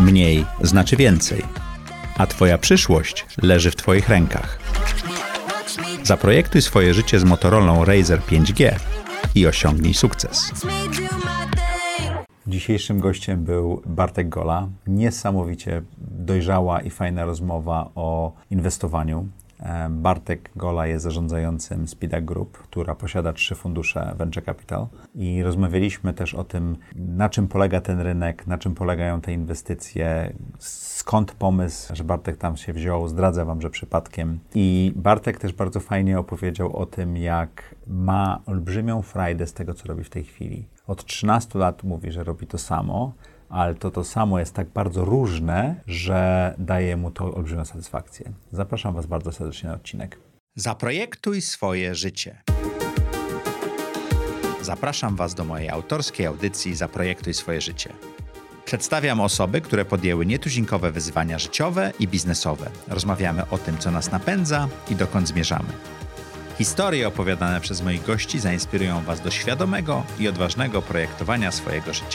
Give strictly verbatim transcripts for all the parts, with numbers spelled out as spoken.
Mniej znaczy więcej, a Twoja przyszłość leży w Twoich rękach. Zaprojektuj swoje życie z Motorola Razr pięć G i osiągnij sukces. Dzisiejszym gościem był Bartek Gola. Niesamowicie dojrzała i fajna rozmowa o inwestowaniu. Bartek Gola jest zarządzającym Speedup Group, która posiada trzy fundusze Venture Capital i rozmawialiśmy też o tym, na czym polega ten rynek, na czym polegają te inwestycje, skąd pomysł, że Bartek tam się wziął, zdradzę Wam, że przypadkiem. I Bartek też bardzo fajnie opowiedział o tym, jak ma olbrzymią frajdę z tego, co robi w tej chwili. Od trzynastu lat mówi, że robi to samo, ale to to samo jest tak bardzo różne, że daje mu to olbrzymią satysfakcję. Zapraszam Was bardzo serdecznie na odcinek. Zaprojektuj swoje życie. Zapraszam Was do mojej autorskiej audycji Zaprojektuj swoje życie. Przedstawiam osoby, które podjęły nietuzinkowe wyzwania życiowe i biznesowe. Rozmawiamy o tym, co nas napędza i dokąd zmierzamy. Historie opowiadane przez moich gości zainspirują Was do świadomego i odważnego projektowania swojego życia.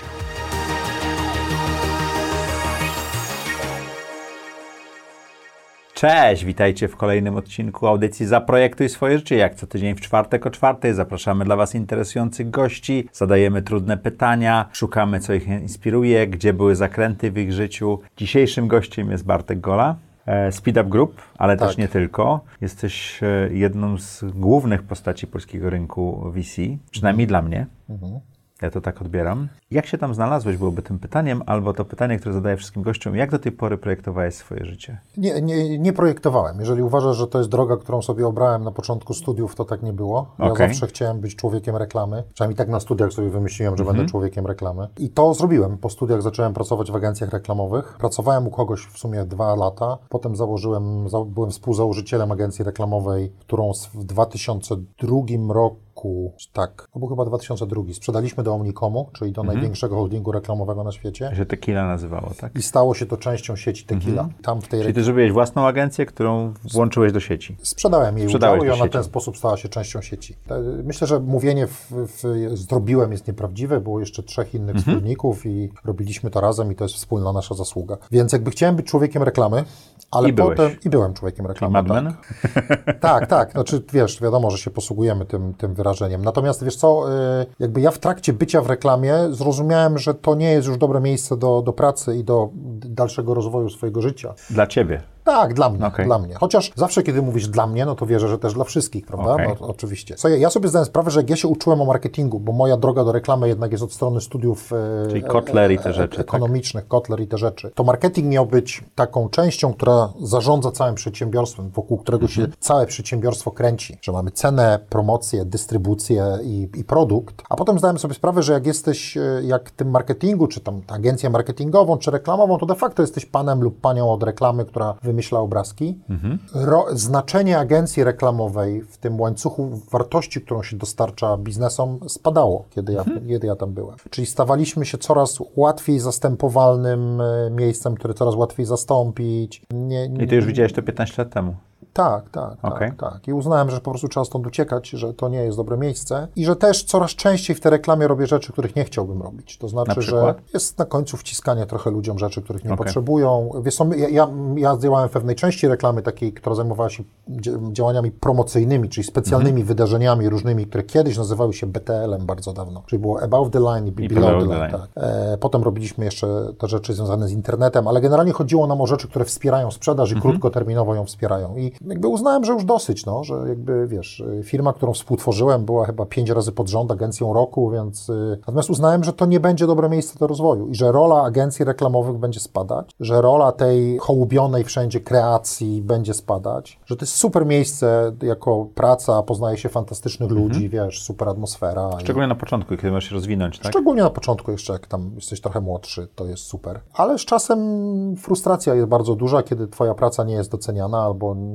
Cześć, witajcie w kolejnym odcinku audycji Zaprojektuj swoje życie. Jak co tydzień w czwartek o czwartej zapraszamy dla Was interesujących gości, zadajemy trudne pytania, szukamy, co ich inspiruje, gdzie były zakręty w ich życiu. Dzisiejszym gościem jest Bartek Gola, Speedup Group, ale tak. Też nie tylko. Jesteś jedną z głównych postaci polskiego rynku V C, przynajmniej mhm. dla mnie. Mhm. Ja to tak odbieram. Jak się tam znalazłeś, byłoby tym pytaniem, albo to pytanie, które zadaję wszystkim gościom, jak do tej pory projektowałeś swoje życie? Nie, nie, nie projektowałem. Jeżeli uważasz, że to jest droga, którą sobie obrałem na początku studiów, to tak nie było. Ja okay. zawsze chciałem być człowiekiem reklamy. Przynajmniej tak na studiach sobie wymyśliłem, że mm-hmm. będę człowiekiem reklamy. I to zrobiłem. Po studiach zacząłem pracować w agencjach reklamowych. Pracowałem u kogoś w sumie dwa lata. Potem założyłem, byłem współzałożycielem agencji reklamowej, którą w dwa tysiące drugim roku tak, to był chyba dwa tysiące drugi. Sprzedaliśmy do Omnicomu, czyli do mhm. największego holdingu reklamowego na świecie. To się Tequila nazywało, tak? I stało się to częścią sieci Tequila. Mhm. Tam w tej czyli ty zrobiłeś własną agencję, którą włączyłeś do sieci? Sprzedałem jej udział i ona w ten sposób stała się częścią sieci. Myślę, że mówienie w, w, zrobiłem jest nieprawdziwe. Było jeszcze trzech innych mhm. wspólników i robiliśmy to razem i to jest wspólna nasza zasługa. Więc jakby chciałem być człowiekiem reklamy, ale I potem... Byłeś. I byłem człowiekiem reklamy. Mad Men? Tak, tak. tak. Znaczy, wiesz, wiadomo, że się posługujemy tym, tym wyrażeniem. Natomiast, wiesz co, jakby ja w trakcie bycia w reklamie zrozumiałem, że to nie jest już dobre miejsce do, do pracy i do dalszego rozwoju swojego życia. Dla Ciebie? Tak, dla mnie, okay. dla mnie. Chociaż zawsze, kiedy mówisz dla mnie, no to wierzę, że też dla wszystkich, prawda? Okay. No, oczywiście. Co ja, ja sobie zdałem sprawę, że jak ja się uczyłem o marketingu, bo moja droga do reklamy jednak jest od strony studiów Czyli Kotler i te rzeczy, ekonomicznych, tak? Kotler i te rzeczy. To marketing miał być taką częścią, która zarządza całym przedsiębiorstwem, wokół którego mhm. się całe przedsiębiorstwo kręci. Że mamy cenę, promocję, dystrybucję i, i produkt. A potem zdałem sobie sprawę, że jak jesteś, jak tym marketingu, czy tam agencję marketingową, czy reklamową, to de facto jesteś panem lub panią od reklamy, która wymyśla obrazki. Mhm. Ro, znaczenie agencji reklamowej w tym łańcuchu wartości, którą się dostarcza biznesom, spadało, kiedy ja, mhm. kiedy ja tam byłem. Czyli stawaliśmy się coraz łatwiej zastępowalnym miejscem, które coraz łatwiej zastąpić. Nie, nie, I ty już widziałeś to piętnaście lat temu? Tak, tak, okay. tak, tak. I uznałem, że po prostu trzeba stąd uciekać, że to nie jest dobre miejsce i że też coraz częściej w tej reklamie robię rzeczy, których nie chciałbym robić. To znaczy, że jest na końcu wciskanie trochę ludziom rzeczy, których nie okay. potrzebują. Wiesz, ja, ja, ja działałem w pewnej części reklamy takiej, która zajmowała się działaniami promocyjnymi, czyli specjalnymi mm-hmm. wydarzeniami różnymi, które kiedyś nazywały się B T L-em bardzo dawno. Czyli było Above the Line i, I Below, below the Line. line. Tak. E, potem robiliśmy jeszcze te rzeczy związane z internetem, ale generalnie chodziło nam o rzeczy, które wspierają sprzedaż i mm-hmm. krótkoterminowo ją wspierają. I jakby uznałem, że już dosyć, no, że jakby, wiesz, firma, którą współtworzyłem, była chyba pięć razy pod rząd agencją roku, więc y, natomiast uznałem, że to nie będzie dobre miejsce do rozwoju i że rola agencji reklamowych będzie spadać, że rola tej hołubionej wszędzie kreacji będzie spadać, że to jest super miejsce jako praca, poznaje się fantastycznych mhm. ludzi, wiesz, super atmosfera. Szczególnie i... na początku, kiedy możesz się rozwinąć, tak? Szczególnie na początku jeszcze, jak tam jesteś trochę młodszy, to jest super. Ale z czasem frustracja jest bardzo duża, kiedy twoja praca nie jest doceniana albo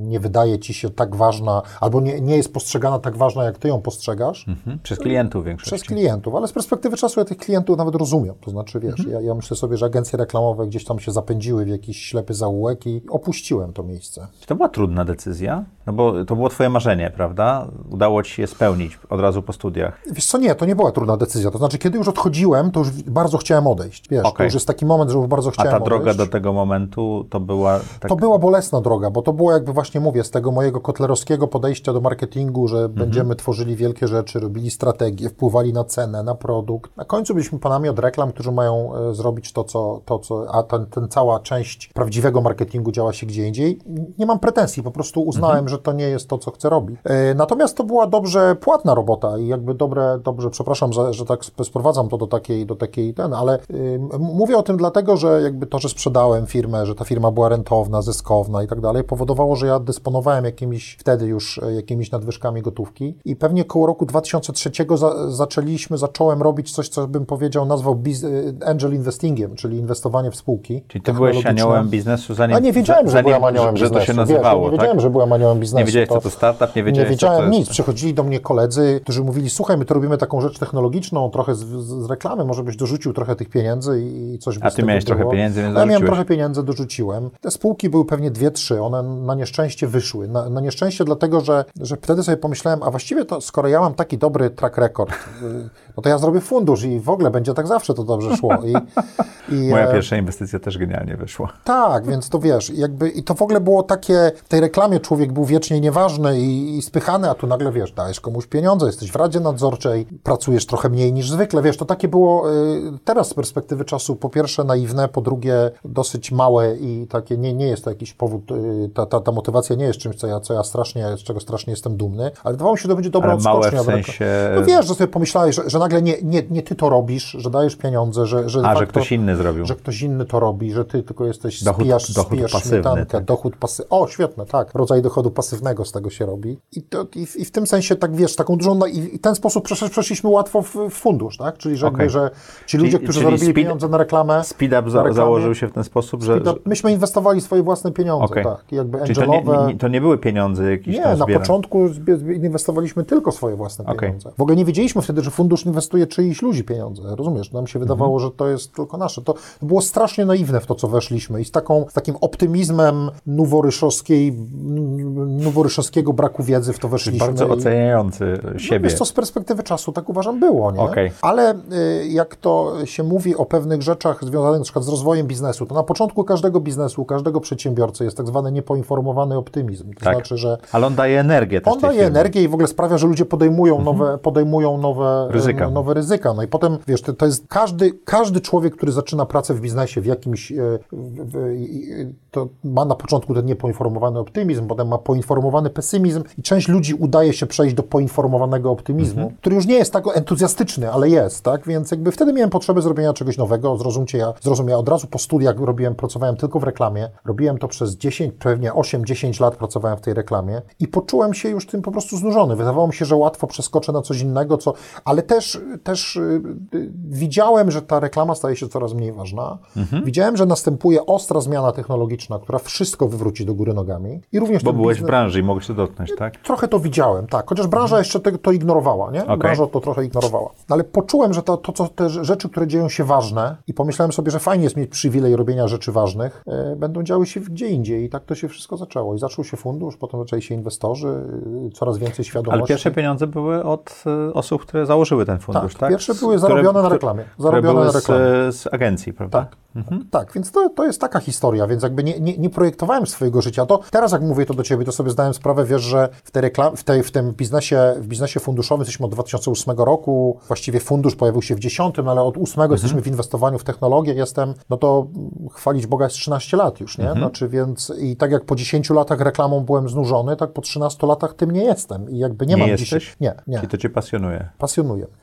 nie wydaje ci się tak ważna, albo nie, nie jest postrzegana tak ważna, jak ty ją postrzegasz. Mhm. Przez klientów większości. Przez klientów, ale z perspektywy czasu ja tych klientów nawet rozumiem. To znaczy, wiesz, mhm. ja, ja myślę sobie, że agencje reklamowe gdzieś tam się zapędziły w jakiś ślepy zaułek i opuściłem to miejsce. Czy to była trudna decyzja? No bo to było twoje marzenie, prawda? Udało ci się spełnić od razu po studiach. Wiesz co, nie, to nie była trudna decyzja. To znaczy, kiedy już odchodziłem, to już bardzo chciałem odejść. Wiesz, okay. to już jest taki moment, że już bardzo chciałem odejść. A ta odejść. droga do tego momentu to była... Tak... To była bolesna droga, bo to było jakby właśnie mówię, z tego mojego kotlerowskiego podejścia do marketingu, że mhm. będziemy tworzyli wielkie rzeczy, robili strategie, wpływali na cenę, na produkt. Na końcu byliśmy panami od reklam, którzy mają e, zrobić to, co, to, co a ten, ten cała część prawdziwego marketingu działa się gdzie indziej. Nie mam pretensji, po prostu uznałem, mhm. że to nie jest to, co chcę robić. E, natomiast to była dobrze płatna robota i jakby dobre, dobrze, przepraszam, że, że tak sprowadzam to do takiej, do takiej ten, ale y, mówię o tym dlatego, że jakby to, że sprzedałem firmę, że ta firma była rentowna, zyskowna i tak dalej, powodowało, że ja dysponowałem jakimiś, wtedy już jakimiś nadwyżkami gotówki i pewnie koło roku dwa tysiące trzeciego za, zaczęliśmy, zacząłem robić coś, co bym powiedział, nazwał biz, angel investingiem, czyli inwestowanie w spółki. Czyli ty byłeś aniołem biznesu, zanim... A nie wiedziałem, że zanim, byłem aniołem że, biznesu. Że to się nazywało, Wiesz, nie tak? wiedziałem, że byłem aniołem biznesu. Nie wiedziałeś, co to startup, nie wiedziałeś, Nie wiedziałem co to nic. jest... Przychodzili do mnie koledzy, którzy mówili, słuchaj, my to robimy taką rzecz technologiczną, trochę z, z reklamy, może byś dorzucił trochę tych pieniędzy i coś by A ty miałeś było. trochę pieniędzy, więc Ja miałem trochę pieniędzy, dorzuciłem. Te spółki były pewnie dwie, trzy, one na nieszczęście wyszły. Na, na nieszczęście dlatego, że, że wtedy sobie pomyślałem, a właściwie to skoro ja mam taki dobry track record, no to ja zrobię fundusz i w ogóle będzie tak zawsze to dobrze szło. I, i, Moja pierwsza inwestycja też genialnie wyszła. Tak, więc to wiesz, jakby i to w ogóle było takie, w tej reklamie człowiek był wiecznie nieważny i, i spychany, a tu nagle wiesz, dajesz komuś pieniądze, jesteś w radzie nadzorczej, pracujesz trochę mniej niż zwykle, wiesz, to takie było y, teraz z perspektywy czasu po pierwsze naiwne, po drugie dosyć małe i takie, nie, nie jest to jakiś powód, y, ta, ta, ta motywacja nie jest czymś, co ja, co ja strasznie, z czego strasznie jestem dumny, ale wydawało mi się, że to będzie dobra odskocznia. Małe w sensie... No wiesz, że sobie pomyślałeś, że, że nagle nie, nie, nie ty to robisz, że dajesz pieniądze, że... że a, że ktoś inny zrobił. Że ktoś inny to robi, że ty tylko jesteś, dochód, spijasz, dochód spijasz pasywny, śmietankę, tak. dochód pasywny. O, świetne, tak. Rodzaj dochodu pasywnego z tego się robi. I, to, i, w, i w tym sensie, tak wiesz, taką dużą... No, i w ten sposób przesz, przeszliśmy łatwo w, w fundusz, tak? Czyli, że, okay. jakby, że ci ludzie, czyli, którzy czyli zarobili speed, pieniądze na reklamę... Speedup za, reklamie, założył się w ten sposób, że... Speedup, myśmy inwestowali swoje własne pieniądze, okay. tak. I jakby angelowe... To nie, nie, to nie były pieniądze jakieś Nie, tam na zbieram. początku inwestowaliśmy tylko swoje własne okay. pieniądze. W ogóle nie wiedzieliśmy wtedy, że fundusz inwestuje czyichś ludzi pieniądze. Rozumiesz? Nam się wydawało, mm-hmm. że to jest tylko nasze. To było strasznie naiwne w to, co weszliśmy i z, taką, z takim optymizmem noworyszowskiej, noworyszowskiego braku wiedzy w to weszliśmy. Bardzo i... oceniający siebie. No wiesz co, z perspektywy czasu tak uważam było, nie? Okay. Ale y, jak to się mówi o pewnych rzeczach związanych na przykład z rozwojem biznesu, to na początku każdego biznesu, każdego przedsiębiorcy jest tak zwany niepoinformowany optymizm. To tak. znaczy, że... Ale on daje energię też On daje firmy. energię i w ogóle sprawia, że ludzie podejmują mhm. nowe, podejmują nowe ryzyka. nowe ryzyka. No i potem, wiesz, to, to jest każdy, każdy człowiek, który zaczyna pracę w biznesie w jakimś, w, w, to ma na początku ten niepoinformowany optymizm, potem ma poinformowany pesymizm i część ludzi udaje się przejść do poinformowanego optymizmu, mhm. który już nie jest tak entuzjastyczny, ale jest, tak? Więc jakby wtedy miałem potrzebę zrobienia czegoś nowego, zrozumcie, ja, zrozum, ja od razu po studiach robiłem, pracowałem tylko w reklamie, robiłem to przez dziesięć, pewnie osiem dziesięć lat pracowałem w tej reklamie i poczułem się już tym po prostu znużony. Wydawało mi się, że łatwo przeskoczę na coś innego, co, ale też, też yy, widziałem, że ta reklama staje się coraz mniej ważna. Mhm. Widziałem, że następuje ostra zmiana technologiczna, która wszystko wywróci do góry nogami. I również Bo byłeś biznes... w branży i mogłeś to dotknąć, tak? Trochę to widziałem, tak. Chociaż branża jeszcze to, to ignorowała, nie? Okay. Branża to trochę ignorowała. Ale poczułem, że to, to co, te rzeczy, które dzieją się ważne i pomyślałem sobie, że fajnie jest mieć przywilej robienia rzeczy ważnych, yy, będą działy się gdzie indziej. I tak to się wszystko zaczęło. I zaczął się fundusz, potem zaczęli się inwestorzy, yy, coraz więcej świadomości. Ale pierwsze pieniądze były od y, osób, które założyły ten fundusz, tak? tak? Pierwsze były zarobione które, na reklamie. Zarobione które były na reklamie. Z, z agencji, prawda? Tak. Mhm. Tak, więc to, to jest taka historia, więc jakby nie, nie, nie projektowałem swojego życia. To teraz jak mówię to do Ciebie, to sobie zdałem sprawę, wiesz, że w, tej reklam- w, tej, w tym biznesie, w biznesie funduszowym jesteśmy od dwa tysiące ósmego roku, właściwie fundusz pojawił się w dziesiątym, ale od ósmego mhm. jesteśmy w inwestowaniu w technologię, jestem, no to chwalić Boga jest trzynaście lat już, nie? Mhm. Znaczy, więc i tak jak po dziesięciu latach reklamą byłem znużony, tak po trzynastu latach tym nie jestem i jakby nie, nie mam jesteś? dzisiaj... Nie, nie. Czyli to Cię pasjonuje? Pasjonuje.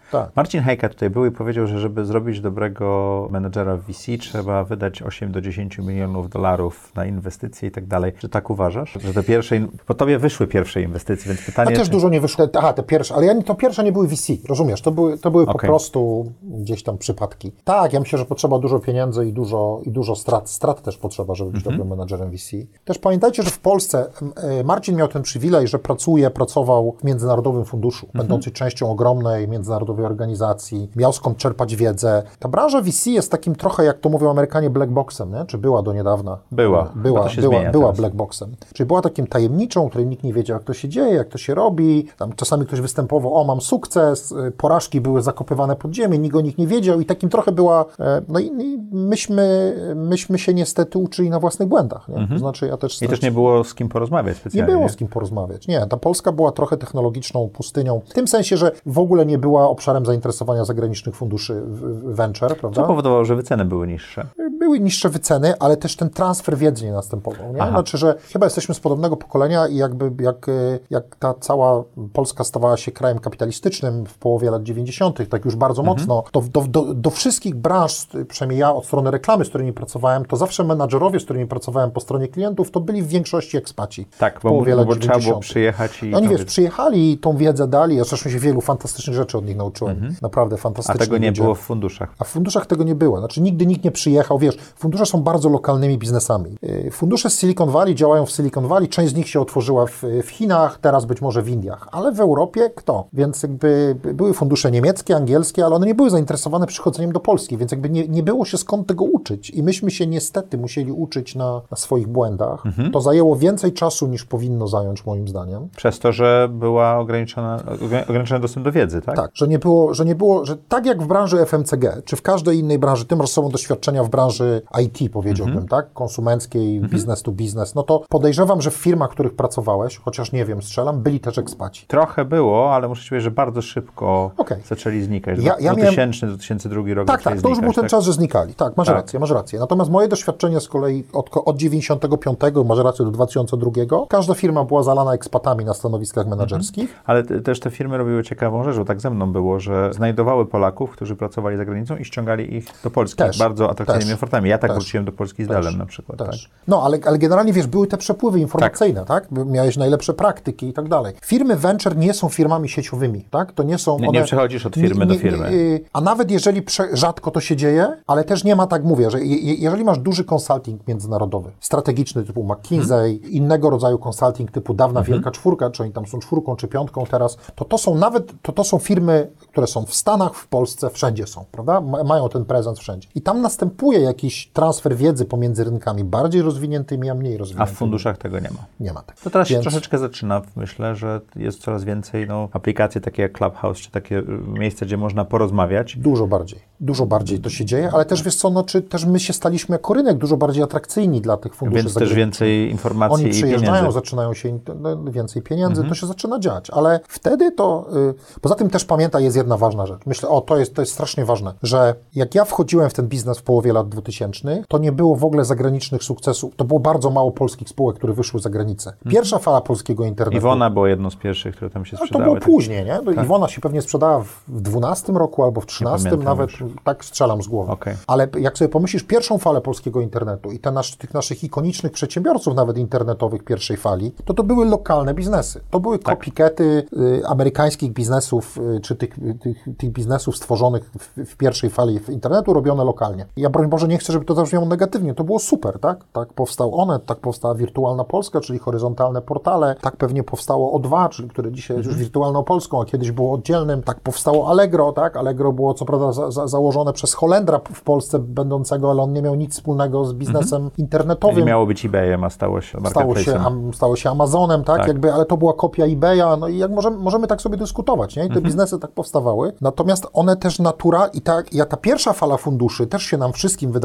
tak. Marcin Hejka tutaj był i powiedział, że żeby zrobić dobrego menedżera w V C, trzeba wydać osiem do dziesięciu milionów dolarów na inwestycje i tak dalej. Czy tak uważasz? Że te pierwsze, po tobie wyszły pierwsze inwestycje, więc pytanie... A też czy... dużo nie wyszło. Aha, te pierwsze, ale ja, to pierwsze nie były V C, rozumiesz? To były, to były okay. po prostu gdzieś tam przypadki. Tak, ja myślę, że potrzeba dużo pieniędzy i dużo, i dużo strat. Strat też potrzeba, żeby być mm-hmm. dobrym menedżerem V C. Też pamiętajcie, że w Polsce Marcin miał ten przywilej, że pracuje, pracował w Międzynarodowym Funduszu, mm-hmm. będący częścią ogromnej międzynarodowej organizacji, miał skąd czerpać wiedzę. Ta branża V C jest takim trochę, jak to mówią Amerykanie, black boxem, nie? Czy była do niedawna? Była. Była, była, była black boxem. Czyli była takim tajemniczą, której nikt nie wiedział, jak to się dzieje, jak to się robi. Tam czasami ktoś występował, o, mam sukces, porażki były zakopywane pod ziemię, nikt o nich nie wiedział i takim trochę była, no i myśmy, myśmy się niestety uczyli na własnych błędach, nie? Mm-hmm. To znaczy ja też... I też nie było z kim porozmawiać specjalnie. Nie było z kim porozmawiać, nie. Ta Polska była trochę technologiczną pustynią, w tym sensie, że w ogóle nie była obszarem zainteresowania zagranicznych funduszy venture, prawda? Co powodowało, że wyceny były niższe? Były niższe wyceny, ale też ten transfer wiedzy nie następował, nie? Znaczy, że chyba jesteśmy z podobnego pokolenia i jakby jak, jak ta cała Polska stawała się krajem kapitalistycznym w połowie lat dziewięćdziesiątych, tak już bardzo mhm. mocno, to do, do, do wszystkich branż, przynajmniej ja od strony reklamy, z którymi pracowałem, to zawsze menadżerowie, z którymi pracowałem po stronie klientów, to byli w większości ekspaci. Tak, bo, bo, bo trzeba było przyjechać i... Oni, wiesz, przyjechali i tą wiedzę dali, ja zresztą się wielu fantastycznych rzeczy od nich nauczyłem. Mhm. Naprawdę fantastycznych. A tego nie ludzie. było w funduszach. A w funduszach tego nie było. Znaczy nigdy nikt nie przyjechał, wiesz, fundusze są bardzo lokalnymi biznesami. Fundusze z Silicon Valley działają w Silicon Valley, część z nich się otworzyła w, w Chinach, teraz być może w Indiach, ale w Europie kto? Więc jakby były fundusze niemieckie, angielskie, ale one nie były zainteresowane przychodzeniem do Polski, więc jakby nie, nie było się skąd tego uczyć i myśmy się niestety musieli uczyć na, na swoich błędach. Mhm. To zajęło więcej czasu niż powinno zająć moim zdaniem. Przez to, że była ograniczona, ograniczony dostęp do wiedzy, tak? Tak, że nie było, że nie było, że tak jak w branży F M C G, czy w każdej innej branży, ty masz sobą doświadczenia w branży I T, powiedziałbym, mhm. tak? Konsumenckiej, mhm. business to business, no to podejrzewam, że w firmach, w których pracowałeś, chociaż nie wiem, strzelam, byli też ekspaci. Trochę było, ale muszę ci powiedzieć, że bardzo szybko okay. zaczęli znikać. Ja, ja dwa tysięczny, dwa tysiące drugi rok Tak, tak, to znikać, już był ten tak? czas, że znikali. Tak, masz tak. rację, masz rację. Natomiast moje doświadczenie z kolei od, od dziewięćdziesiątego piątego, masz rację, do dwa tysiące drugiego, każda firma była zalana ekspatami na stanowiskach menedżerskich. Mhm. Ale t- też te firmy robiły ciekawą rzecz, bo tak ze mną było, że znajdowały Polaków, którzy pracowali za granicą i ściągali ich do Polski też, bardzo atrakcyjnymi ofertami. Ja tak też, wróciłem do Polski z Delem na przykład. Tak? No, ale, ale generalnie, wiesz, były te przepływy informacyjne, tak? tak? Miałeś najlepsze praktyki i tak dalej. Firmy venture nie są firmami sieciowymi, tak? To nie są one... Nie, nie przechodzisz od firmy nie, nie, do firmy. Nie, a nawet jeżeli prze, rzadko to się dzieje, ale też nie ma, tak mówię, że je, jeżeli masz duży konsulting międzynarodowy, strategiczny typu McKinsey, hmm. innego rodzaju konsulting typu dawna hmm. Wielka Czwórka, czy oni tam są czwórką czy piątką teraz, to to są nawet, to to są firmy, które są w Stanach, w Polsce, wszędzie są, prawda? Mają ten prezent wszędzie. I tam następuje jakiś transfer wiedzy pomiędzy rynkami bardziej rozwiniętymi, a mniej rozwiniętymi. A w funduszach tego nie ma. Nie ma tego. To teraz Więc... się troszeczkę zaczyna, myślę, że jest coraz więcej no, aplikacji takie jak Clubhouse, czy takie miejsca, gdzie można porozmawiać. Dużo bardziej. Dużo bardziej to się dzieje, ale też wiesz co, no, czy też my się staliśmy jako rynek dużo bardziej atrakcyjni dla tych funduszy. Więc też więcej informacji Oni i przyjeżdżają, pieniędzy. zaczynają się no, więcej pieniędzy, mhm. to się zaczyna dziać, ale wtedy to, y, poza tym też pamiętaj, jest jedna ważna rzecz. Myślę, o, to jest, to jest strasznie ważne, że jak ja wchodziłem w ten biznes w połowie lat dwutysięcznych, to nie było w ogóle zagranicznych sukcesów, to było bardzo mało polskich spółek, które wyszły za granicę. Pierwsza mhm. fala polskiego internetu. Iwona była jedną z pierwszych, które tam się sprzedały. To było tak. później, nie? Tak. Iwona się pewnie sprzedała w dwunastym roku albo w trzynastym, nawet już. Tak strzelam z głowy. Okay. Ale jak sobie pomyślisz, pierwszą falę polskiego internetu i te nasz, tych naszych ikonicznych przedsiębiorców nawet internetowych pierwszej fali, to to były lokalne biznesy. To były tak. copycaty y, amerykańskich biznesów, y, czy tych, tych, tych biznesów stworzonych w, w pierwszej fali internetu, robione lokalnie. Ja broń Boże nie chcę, żeby to zabrzmiało negatywnie. To było super, tak? Tak powstał Onet, tak powstała Wirtualna Polska, czyli horyzontalne portale, tak pewnie powstało O dwa, czyli które dzisiaj jest już Wirtualną Polską, a kiedyś było oddzielnym, tak powstało Allegro, tak? Allegro było co prawda za, za, założone przez Holendra w Polsce będącego, ale on nie miał nic wspólnego z biznesem mhm. internetowym. Nie miało być eBayem, a stało się stało się, am, stało się Amazonem, tak? tak? Jakby, ale to była kopia eBaya, no i jak możemy, możemy tak sobie dyskutować, nie? I te mhm. biznesy tak powstawały. Natomiast one też natura i ta, ja, ta pierwsza fala funduszy też się nam wszystkim wydawała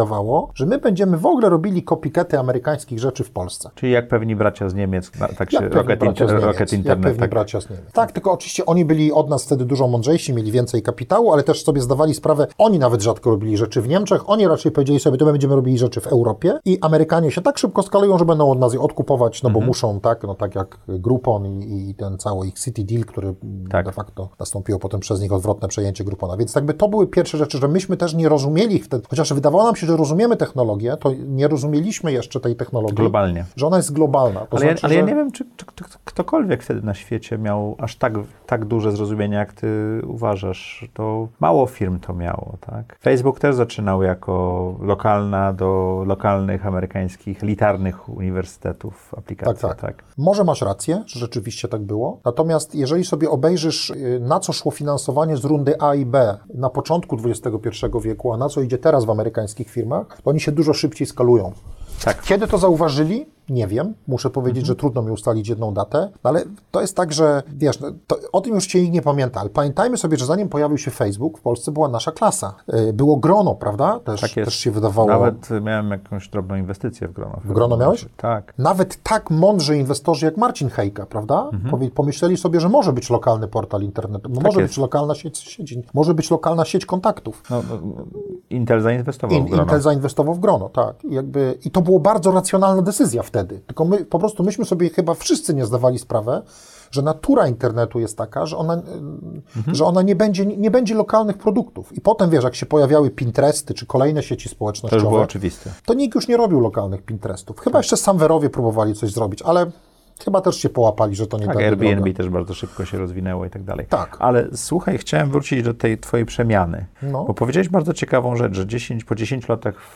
wydawało, że my będziemy w ogóle robili copycaty amerykańskich rzeczy w Polsce. Czyli jak pewni bracia z Niemiec, tak się Rocket, Inter, Niemiec, Rocket Internet. Jak pewni tak. bracia z Niemiec. Tak, tylko oczywiście oni byli od nas wtedy dużo mądrzejsi, mieli więcej kapitału, ale też sobie zdawali sprawę, oni nawet rzadko robili rzeczy w Niemczech, oni raczej powiedzieli sobie, to my będziemy robili rzeczy w Europie i Amerykanie się tak szybko skalują, że będą od nas je odkupować, no bo mhm. muszą, tak, no tak jak Groupon i, i ten cały ich City Deal, który tak. de facto nastąpiło potem przez nich odwrotne przejęcie Groupona. Więc jakby to były pierwsze rzeczy, że myśmy też nie rozumieli wtedy, chociaż wydawało nam się, że rozumiemy technologię, to nie rozumieliśmy jeszcze tej technologii. Globalnie. Że ona jest globalna. To ale znaczy, ja, ale że... ja nie wiem, czy, czy ktokolwiek wtedy na świecie miał aż tak, tak duże zrozumienie, jak ty uważasz. To mało firm to miało, tak? Facebook też zaczynał jako lokalna do lokalnych amerykańskich, elitarnych uniwersytetów aplikacji. Tak, tak. tak. Może masz rację, że rzeczywiście tak było. Natomiast jeżeli sobie obejrzysz, na co szło finansowanie z rundy A i B na początku dwudziestego pierwszego wieku, a na co idzie teraz w amerykańskich firmach, to oni się dużo szybciej skalują. Tak. Kiedy to zauważyli? Nie wiem. Muszę powiedzieć, mhm. że trudno mi ustalić jedną datę, no ale to jest tak, że wiesz, to, o tym już się nikt nie pamięta, ale pamiętajmy sobie, że zanim pojawił się Facebook, w Polsce była nasza klasa. Było Grono, prawda? Też, tak jest. też się wydawało... Nawet miałem jakąś drobną inwestycję w Grono. W Grono miałeś? Tak. Nawet tak mądrzy inwestorzy jak Marcin Hejka, prawda? Mhm. Pomyśleli sobie, że może być lokalny portal internetowy, tak może jest. być lokalna sieć sieci, może być lokalna sieć kontaktów. No, no, Intel zainwestował In, w Grono. Intel zainwestował w Grono, tak. I, jakby, I to było bardzo racjonalna decyzja wtedy. Tylko my po prostu myśmy sobie chyba wszyscy nie zdawali sprawę, że natura internetu jest taka, że ona, mhm. że ona nie, będzie, nie będzie lokalnych produktów. I potem, wiesz, jak się pojawiały Pinteresty czy kolejne sieci społecznościowe, to już było oczywiste. To nikt już nie robił lokalnych Pinterestów. Chyba tak. jeszcze Samwerowie próbowali coś zrobić, ale chyba też się połapali, że to nie tak, da Airbnb droga. też bardzo szybko się rozwinęło i tak dalej. Tak. Ale słuchaj, chciałem wrócić do tej twojej przemiany, no. bo powiedziałeś bardzo ciekawą rzecz, że dziesięć, po dziesięciu latach w,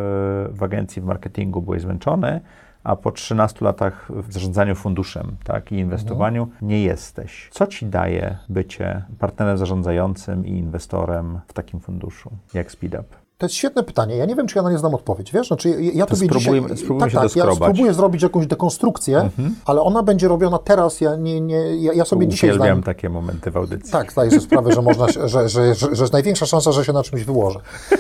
w agencji, w marketingu byłeś zmęczony, a po trzynastu latach w zarządzaniu funduszem, tak, i inwestowaniu mhm. nie jesteś. Co ci daje bycie partnerem zarządzającym i inwestorem w takim funduszu jak SpeedUp? To jest świetne pytanie. Ja nie wiem, czy ja na nie znam odpowiedź. Wiesz, znaczy ja, ja to tobie spróbujmy, dzisiaj... spróbujmy tak, się tak, doskrobać. ja spróbuję zrobić jakąś dekonstrukcję, mhm. ale ona będzie robiona teraz. Ja, nie, nie, ja, ja sobie dzisiaj znam... Uwielbiam takie momenty w audycji. Tak, zdaję sobie sprawę, że można, że, że, że, że, że jest największa szansa, że się na czymś wyłożę.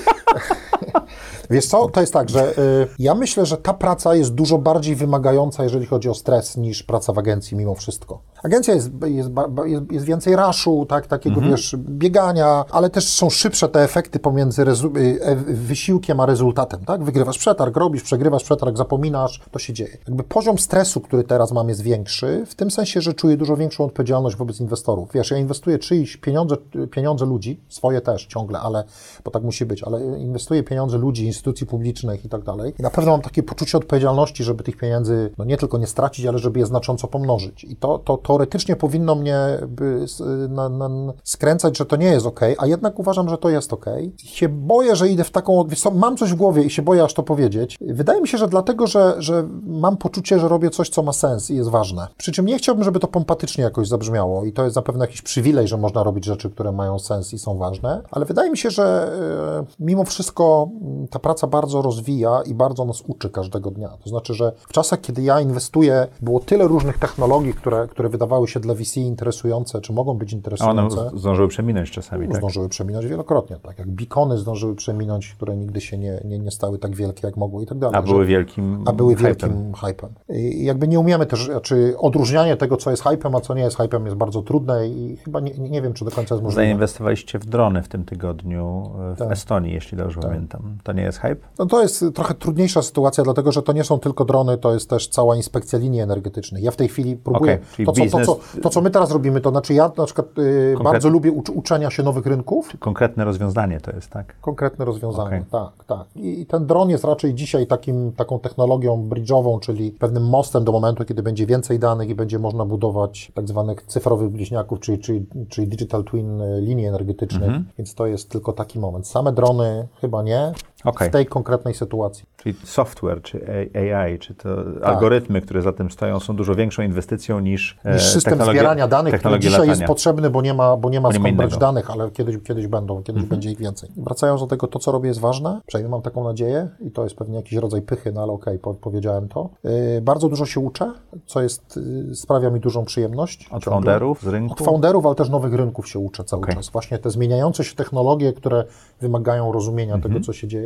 Wiesz co, to jest tak, że y, ja myślę, że ta praca jest dużo bardziej wymagająca, jeżeli chodzi o stres, niż praca w agencji mimo wszystko. Agencja jest, jest, jest, jest więcej raszu, tak, takiego mhm. wiesz, biegania, ale też są szybsze te efekty pomiędzy rezu- y, wysiłkiem a rezultatem, tak? Wygrywasz przetarg, robisz, przegrywasz przetarg, zapominasz, to się dzieje. Jakby poziom stresu, który teraz mam, jest większy, w tym sensie, że czuję dużo większą odpowiedzialność wobec inwestorów. Wiesz, ja inwestuję czyjeś pieniądze, pieniądze ludzi, swoje też ciągle, ale, bo tak musi być, ale inwestuję pieniądze ludzi, instytucji publicznych i tak dalej. I na pewno mam takie poczucie odpowiedzialności, żeby tych pieniędzy no nie tylko nie stracić, ale żeby je znacząco pomnożyć. I to, to teoretycznie powinno mnie by, na, na, skręcać, że to nie jest okej, a jednak uważam, że to jest okej. I się boję, że idę w taką... Mam coś w głowie i się boję aż to powiedzieć. Wydaje mi się, że dlatego, że, że mam poczucie, że robię coś, co ma sens i jest ważne. Przy czym nie chciałbym, żeby to pompatycznie jakoś zabrzmiało i to jest zapewne jakiś przywilej, że można robić rzeczy, które mają sens i są ważne, ale wydaje mi się, że e, mimo wszystko ta praca bardzo rozwija i bardzo nas uczy każdego dnia. To znaczy, że w czasach, kiedy ja inwestuję, było tyle różnych technologii, które, które wydawały się dla V C interesujące, czy mogą być interesujące. A one zdążyły przeminąć czasami, tak? Zdążyły przeminąć wielokrotnie, tak. Jak beacony zdążyły przeminąć, które nigdy się nie, nie, nie stały tak wielkie, jak mogły i tak dalej. A były wielkim A były wielkim hypem. I jakby nie umiemy też, czy odróżnianie tego, co jest hypem, a co nie jest hypem, jest bardzo trudne i chyba nie, nie wiem, czy do końca jest możliwe. Zainwestowaliście w drony w tym tygodniu w tak. Estonii, jeśli dobrze tak. pamiętam. To nie jest hype? No to jest trochę trudniejsza sytuacja, dlatego że to nie są tylko drony, to jest też cała inspekcja linii energetycznych. Ja w tej chwili próbuję... Okay, to, co, biznes... to, co, to, co my teraz robimy, to znaczy ja na przykład yy, Konkret... bardzo lubię ucz, uczenia się nowych rynków. Konkretne rozwiązanie to jest, tak? Konkretne rozwiązanie, okay. tak, tak. I, I ten dron jest raczej dzisiaj takim, taką technologią bridge'ową, czyli pewnym mostem do momentu, kiedy będzie więcej danych i będzie można budować tak zwanych cyfrowych bliźniaków, czyli, czyli, czyli digital twin linii energetycznych, mm-hmm. więc to jest tylko taki moment. Same drony chyba nie, okay. w tej konkretnej sytuacji. Czyli software, czy A I, czy to tak. algorytmy, które za tym stoją, są dużo większą inwestycją niż niż system zbierania danych, który dzisiaj latania. jest potrzebny, bo nie ma, bo nie ma skąd brać danych, ale kiedyś, kiedyś będą, kiedyś mm-hmm. będzie ich więcej. Wracając do tego, to co robię jest ważne, przynajmniej mam taką nadzieję i to jest pewnie jakiś rodzaj pychy, no ale okej, okay, powiedziałem to. Yy, bardzo dużo się uczę, co jest, yy, sprawia mi dużą przyjemność. Od founderów z rynku? Od founderów, ale też nowych rynków się uczę cały okay. czas. Właśnie te zmieniające się technologie, które wymagają rozumienia mm-hmm. tego, co się dzieje.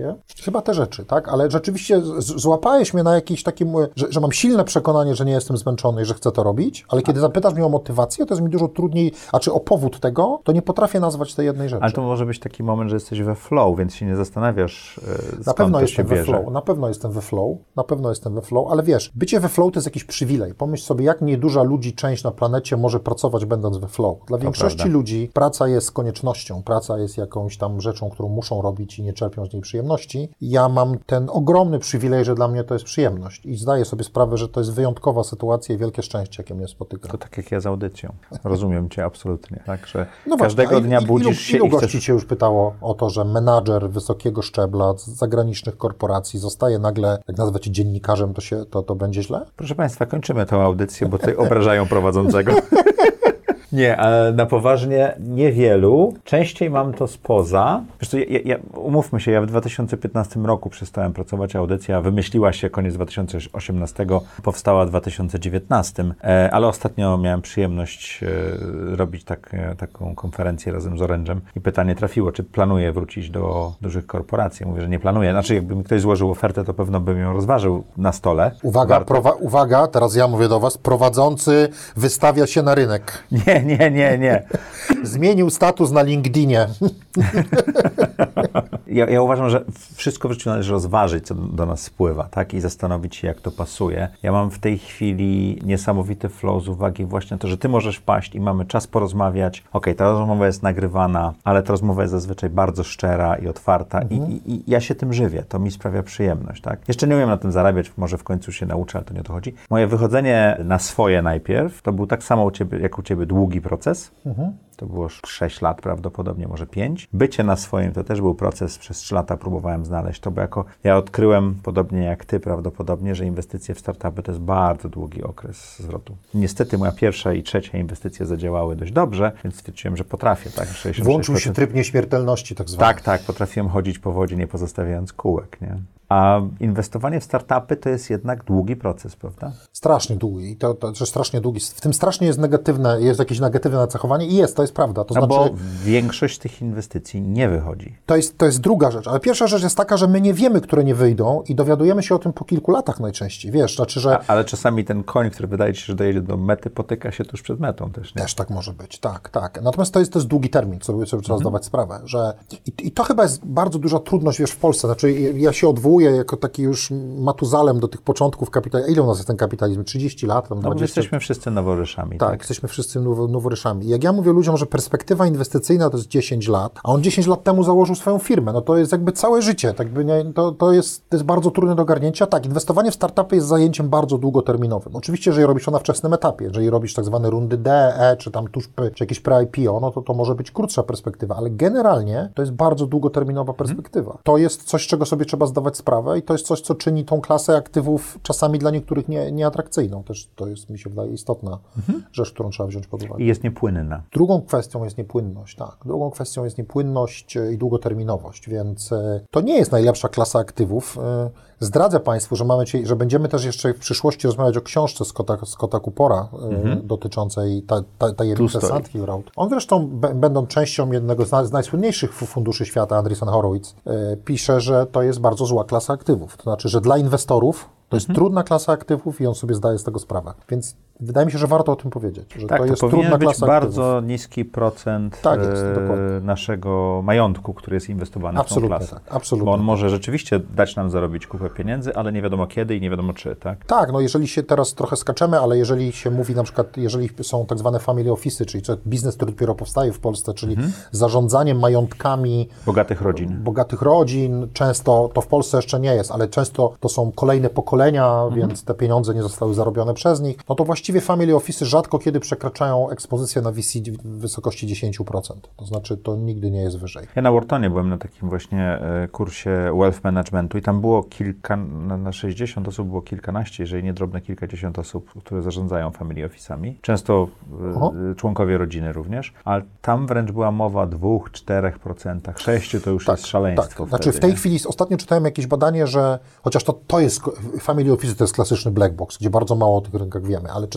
wie? Chyba te rzeczy, tak? Ale rzeczywiście z- złapałeś mnie na jakimś takim, że, że mam silne przekonanie, że nie jestem zmęczony i że chcę to robić, ale kiedy zapytasz mnie o motywację, to jest mi dużo trudniej, a czy o powód tego, to nie potrafię nazwać tej jednej rzeczy. Ale to może być taki moment, że jesteś we flow, więc się nie zastanawiasz, yy, Na pewno to jestem się we bierze. flow, na pewno jestem we flow, na pewno jestem we flow, ale wiesz, bycie we flow to jest jakiś przywilej. Pomyśl sobie, jak nieduża ludzi część na planecie może pracować będąc we flow. Dla To większości prawda. ludzi praca jest koniecznością, praca jest jakąś tam rzeczą, którą muszą robić i nie czerpią z niej przyjemności. Ja mam ten ogromny przywilej, że dla mnie to jest przyjemność i zdaję sobie sprawę, że to jest wyjątkowa sytuacja i wielkie szczęście, jakie mnie spotyka. To tak jak ja z audycją. Rozumiem cię absolutnie. Tak, że No każdego właśnie, a dnia i- budzisz ilu, się ilu i chcesz... gości cię już pytało o to, że menadżer wysokiego szczebla z zagranicznych korporacji zostaje nagle, jak nazwać cię dziennikarzem, to, się, to, to będzie źle? Proszę Państwa, kończymy tę audycję, bo tutaj obrażają prowadzącego. Nie, ale na poważnie niewielu. Częściej mam to spoza. Wiesz co, ja, ja, umówmy się, ja w dwa tysiące piętnastym roku przestałem pracować, audycja wymyśliła się koniec dwa tysiące osiemnastego, powstała w dwa tysiące dziewiętnastym, e, ale ostatnio miałem przyjemność e, robić tak, e, taką konferencję razem z Orange'em i pytanie trafiło, czy planuję wrócić do dużych korporacji. Mówię, że nie planuję. Znaczy, jakby mi ktoś złożył ofertę, to pewno bym ją rozważył na stole. Uwaga, prowa- uwaga, teraz ja mówię do was, prowadzący wystawia się na rynek. Nie, nie, nie, nie. Zmienił status na LinkedInie. Ja, ja uważam, że wszystko w życiu należy rozważyć, co do nas spływa, tak? I zastanowić się, jak to pasuje. Ja mam w tej chwili niesamowity flow z uwagi właśnie na to, że ty możesz wpaść i mamy czas porozmawiać. Okej, ta rozmowa jest nagrywana, ale ta rozmowa jest zazwyczaj bardzo szczera i otwarta mhm. i, i, i ja się tym żywię. To mi sprawia przyjemność, tak? Jeszcze nie umiem na tym zarabiać, może w końcu się nauczę, ale to nie o to chodzi. Moje wychodzenie na swoje najpierw, to był tak samo u ciebie, jak u ciebie długi proces. Mhm. To było sześć lat prawdopodobnie, może pięć. Bycie na swoim to też był proces, przez trzy lata próbowałem znaleźć to, bo jako ja odkryłem, podobnie jak ty prawdopodobnie, że inwestycje w startupy to jest bardzo długi okres zwrotu. Niestety moja pierwsza i trzecia inwestycje zadziałały dość dobrze, więc stwierdziłem, że potrafię. Tak, sześćdziesiąt sześć procent. Włączył się tryb nieśmiertelności tak zwany. Tak, tak, potrafiłem chodzić po wodzie, nie pozostawiając kółek, nie? A inwestowanie w startupy to jest jednak długi proces, prawda? Strasznie długi. I to, to, że strasznie długi. W tym strasznie jest negatywne, jest jakieś negatywne nacechowanie i jest, to jest prawda. To no znaczy, bo większość tych inwestycji nie wychodzi. To jest, to jest druga rzecz. Ale pierwsza rzecz jest taka, że my nie wiemy, które nie wyjdą i dowiadujemy się o tym po kilku latach najczęściej. Wiesz, znaczy, że... A, ale czasami ten koń, który wydaje ci się, że dojedzie do mety, potyka się tuż przed metą też, nie? Też tak może być, tak, tak. Natomiast to jest, to jest długi termin, sobie, sobie trzeba mhm. zdawać sprawę, że i, i to chyba jest bardzo duża trudność, wiesz, w Polsce. Znaczy, ja się odwołuję jako taki już Matuzalem do tych początków kapitalizmu. Ile u nas jest ten kapitalizm? trzydzieści lat? Tam no dwadzieścia... jesteśmy wszyscy noworyszami. Tak, tak, jesteśmy wszyscy nowo, noworyszami. Jak ja mówię ludziom, że perspektywa inwestycyjna to jest dziesięć lat, a on dziesięć lat temu założył swoją firmę, no to jest jakby całe życie. Tak by nie, to, to, jest, to jest bardzo trudne do ogarnięcia. Tak, inwestowanie w startupy jest zajęciem bardzo długoterminowym. Oczywiście, jeżeli robisz to na wczesnym etapie, jeżeli robisz tak zwane rundy D, E, czy tam tuż, czy jakieś pre-I P O, no to to może być krótsza perspektywa, ale generalnie to jest bardzo długoterminowa perspektywa. Hmm. To jest coś, z czego sobie trzeba zdawać sprawę i to jest coś, co czyni tą klasę aktywów czasami dla niektórych nie, nieatrakcyjną. Też to jest, mi się wydaje, istotna mhm. rzecz, którą trzeba wziąć pod uwagę. I jest niepłynna. Drugą kwestią jest niepłynność, tak. Drugą kwestią jest niepłynność i długoterminowość, więc to nie jest najlepsza klasa aktywów. Zdradzę Państwu, że mamy ci, że będziemy też jeszcze w przyszłości rozmawiać o książce Scotta, Scotta Coopera mhm. dotyczącej ta, ta, tajemnicy Sandhill Road. On zresztą, b- będąc częścią jednego z, na, z najsłynniejszych funduszy świata, Andreessen Horowitz, yy, pisze, że to jest bardzo zła klasa aktywów. To znaczy, że dla inwestorów to jest mhm. trudna klasa aktywów i on sobie zdaje z tego sprawę. Więc wydaje mi się, że warto o tym powiedzieć, że tak, to jest to trudna być klasa bardzo aktywów. niski procent tak jest, e, naszego majątku, który jest inwestowany absolutnie w tą klasę. Tak, absolutnie. Bo on może rzeczywiście dać nam zarobić kupę pieniędzy, ale nie wiadomo kiedy i nie wiadomo czy, tak? Tak, no jeżeli się teraz trochę skaczemy, ale jeżeli się mówi na przykład, jeżeli są tak zwane family office'y, czyli biznes, który dopiero powstaje w Polsce, czyli mhm. zarządzaniem majątkami bogatych rodzin. Bogatych rodzin, często to w Polsce jeszcze nie jest, ale często to są kolejne pokolenia, mhm. więc te pieniądze nie zostały zarobione przez nich, no to właściwie family office'y rzadko kiedy przekraczają ekspozycję na V C w wysokości dziesięć procent. To znaczy, to nigdy nie jest wyżej. Ja na Whartonie byłem na takim właśnie kursie wealth managementu i tam było kilka, na sześćdziesiąt osób było kilkanaście, jeżeli nie drobne kilkadziesiąt osób, które zarządzają family office'ami. Często Aha. członkowie rodziny również, ale tam wręcz była mowa o dwóch, czterech procentach, sześciu to już tak, jest szaleństwo. Tak. Znaczy w tej nie? chwili, ostatnio czytałem jakieś badanie, że chociaż to, to jest, family office to jest klasyczny black box, gdzie bardzo mało o tych rynkach wiemy, ale czytałem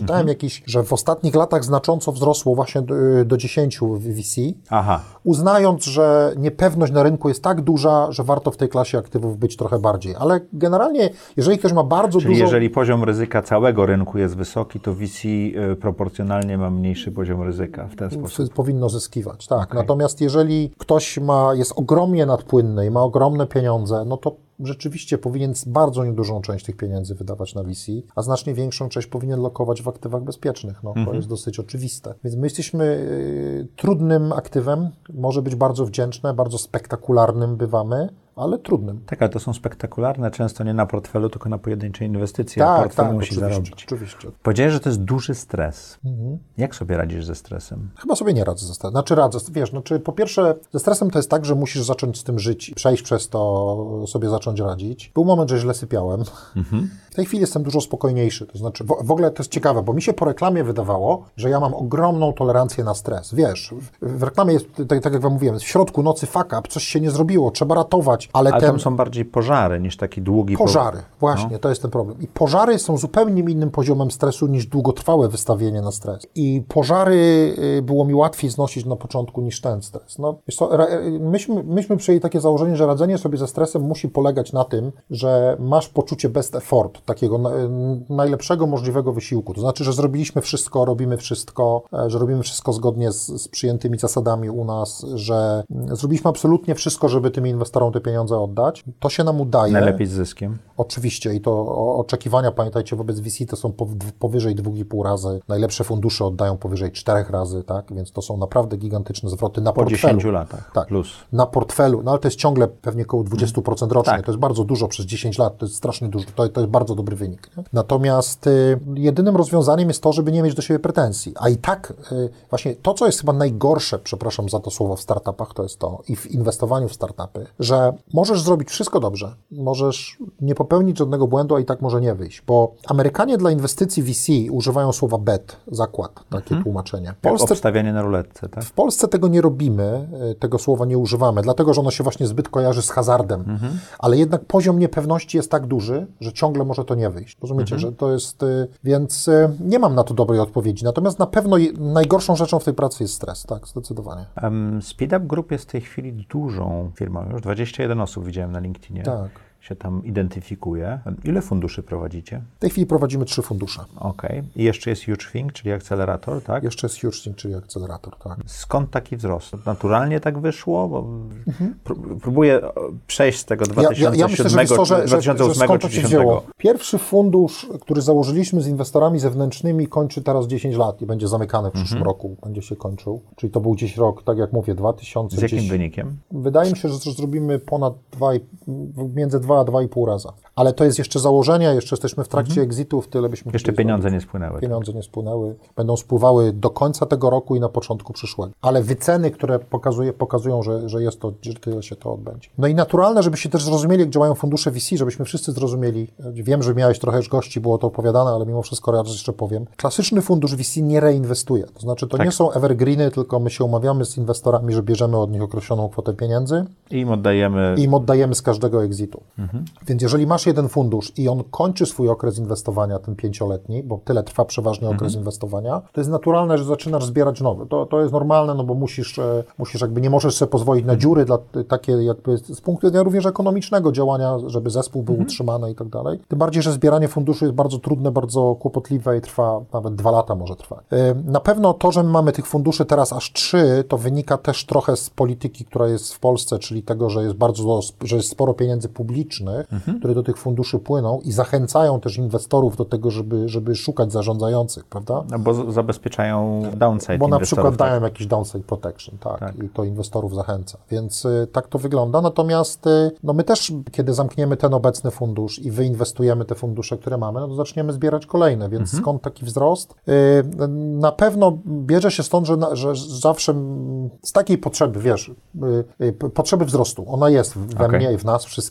Czytałem mhm. jakiś, że w ostatnich latach znacząco wzrosło właśnie do, do dziesięciu w V C, Aha. uznając, że niepewność na rynku jest tak duża, że warto w tej klasie aktywów być trochę bardziej. Ale generalnie, jeżeli ktoś ma bardzo Czyli dużo... jeżeli poziom ryzyka całego rynku jest wysoki, to V C y, proporcjonalnie ma mniejszy poziom ryzyka w ten sposób. Powinno zyskiwać, tak. Okay. Natomiast jeżeli ktoś ma, jest ogromnie nadpłynny i ma ogromne pieniądze, no to rzeczywiście powinien bardzo niedużą część tych pieniędzy wydawać na V C, a znacznie większą część powinien lokować w aktywach bezpiecznych. No, mm-hmm. To jest dosyć oczywiste. Więc my jesteśmy y, trudnym aktywem, może być bardzo wdzięczne, bardzo spektakularnym bywamy, ale trudnym. Tak, ale to są spektakularne, często nie na portfelu, tylko na pojedyncze inwestycje, tak, a portfel tak, musi oczywiście, zarobić. Oczywiście. Powiedziałeś, że to jest duży stres. Mhm. Jak sobie radzisz ze stresem? Chyba sobie nie radzę ze stresem. Znaczy radzę, wiesz, znaczy po pierwsze ze stresem to jest tak, że musisz zacząć z tym żyć, przejść przez to, sobie zacząć radzić. Był moment, że źle sypiałem. Mhm. W tej chwili jestem dużo spokojniejszy, to znaczy w, w ogóle to jest ciekawe, bo mi się po reklamie wydawało, że ja mam ogromną tolerancję na stres. Wiesz, w, w reklamie jest, tak, tak jak wam mówiłem, w środku nocy fuck up, coś się nie zrobiło, trzeba ratować, ale, ale ten... tam są bardziej pożary niż taki długi... Pożary, po... właśnie, no. To jest ten problem. I pożary są zupełnie innym poziomem stresu niż długotrwałe wystawienie na stres. I pożary było mi łatwiej znosić na początku niż ten stres. No, wiesz co, myśmy, myśmy przyjęli takie założenie, że radzenie sobie ze stresem musi polegać na tym, że masz poczucie best effort, takiego na, najlepszego możliwego wysiłku. To znaczy, że zrobiliśmy wszystko, robimy wszystko, że robimy wszystko zgodnie z, z przyjętymi zasadami u nas, że zrobiliśmy absolutnie wszystko, żeby tym inwestorom te pieniądze oddać. To się nam udaje. Najlepiej z zyskiem. Oczywiście i to o, oczekiwania, pamiętajcie, wobec V C to są po, powyżej dwa i pół razy. Najlepsze fundusze oddają powyżej czterech razy, tak? Więc to są naprawdę gigantyczne zwroty na po portfelu. Po dziesięciu latach tak, plus. Na portfelu, no ale to jest ciągle pewnie około dwadzieścia procent rocznie. Tak. To jest bardzo dużo przez dziesięć lat, to jest strasznie dużo, to, to jest bardzo dobry wynik. Nie? Natomiast y, jedynym rozwiązaniem jest to, żeby nie mieć do siebie pretensji. A i tak y, właśnie to, co jest chyba najgorsze, przepraszam za to słowo, w startupach, to jest to i w inwestowaniu w startupy, że możesz zrobić wszystko dobrze, możesz nie popełnić żadnego błędu, a i tak może nie wyjść, bo Amerykanie dla inwestycji V C używają słowa bet, zakład, takie mhm. tłumaczenie. W Polsce, obstawianie na ruletce, tak? W Polsce tego nie robimy, tego słowa nie używamy, dlatego, że ono się właśnie zbyt kojarzy z hazardem, mhm. ale jednak poziom niepewności jest tak duży, że ciągle może to nie wyjść. Rozumiecie, mhm. że to jest, więc nie mam na to dobrej odpowiedzi, natomiast na pewno najgorszą rzeczą w tej pracy jest stres, tak, zdecydowanie. Um, SpeedUp Group jest w tej chwili dużą firmą, już dwadzieścia jeden osób widziałem na LinkedInie. Tak. Się tam identyfikuje. Ile funduszy prowadzicie? W tej chwili prowadzimy trzy fundusze. Okej. Okay. I jeszcze jest Huge Think, czyli akcelerator, tak? Jeszcze jest Huge Think, czyli akcelerator, tak. Skąd taki wzrost? Naturalnie tak wyszło? Bo mhm. Próbuję przejść z tego dwa tysiące siódmego, dwa tysiące ósmego, dwa tysiące dziesiątego. Pierwszy fundusz, który założyliśmy z inwestorami zewnętrznymi, kończy teraz dziesięć lat i będzie zamykany w przyszłym mhm. roku. Będzie się kończył. Czyli to był gdzieś rok, tak jak mówię, dwa tysiące dziesiąty. Z jakim wynikiem? Wydaje mi się, że zrobimy ponad dwa, między dwa a dwa i pół raza. Ale to jest jeszcze założenia, jeszcze jesteśmy w trakcie mhm. exitów, tyle byśmy... Jeszcze pieniądze zrobić. nie spłynęły. Pieniądze tak. nie spłynęły. Będą spływały do końca tego roku i na początku przyszłego. Ale wyceny, które pokazuje, pokazują, że, że jest to, że tyle się to odbędzie. No i naturalne, żebyście też zrozumieli, jak działają fundusze V C, żebyśmy wszyscy zrozumieli. Wiem, że miałeś trochę gości, było to opowiadane, ale mimo wszystko raz jeszcze powiem. Klasyczny fundusz V C nie reinwestuje. To znaczy, to tak. nie są evergreeny, tylko my się umawiamy z inwestorami, że bierzemy od nich określoną kwotę pieniędzy. I im oddajemy... I im oddajemy z każdego exitu. Mhm. Więc jeżeli masz jeden fundusz i on kończy swój okres inwestowania, ten pięcioletni, bo tyle trwa przeważnie okres mhm. inwestowania, to jest naturalne, że zaczynasz zbierać nowy. To, to jest normalne, no bo musisz, e, musisz jakby, nie możesz sobie pozwolić na dziury dla takie jakby z punktu widzenia również ekonomicznego działania, żeby zespół był mhm. utrzymany i tak dalej. Tym bardziej, że zbieranie funduszy jest bardzo trudne, bardzo kłopotliwe i trwa nawet dwa lata może trwać. E, na pewno to, że my mamy tych funduszy teraz aż trzy, to wynika też trochę z polityki, która jest w Polsce, czyli tego, że jest bardzo, że jest sporo pieniędzy publicznych, mhm. które do tych funduszy płyną i zachęcają też inwestorów do tego, żeby, żeby szukać zarządzających, prawda? No bo zabezpieczają downside Bo na przykład tak? dają jakiś downside protection, tak, tak, i to inwestorów zachęca. Więc y, tak to wygląda. Natomiast y, no my też, kiedy zamkniemy ten obecny fundusz i wyinwestujemy te fundusze, które mamy, no to zaczniemy zbierać kolejne. Więc mhm. skąd taki wzrost? Y, na pewno bierze się stąd, że, na, że zawsze z takiej potrzeby, wiesz, y, y, potrzeby wzrostu, ona jest we okay. mnie i w nas wszystkich, tak,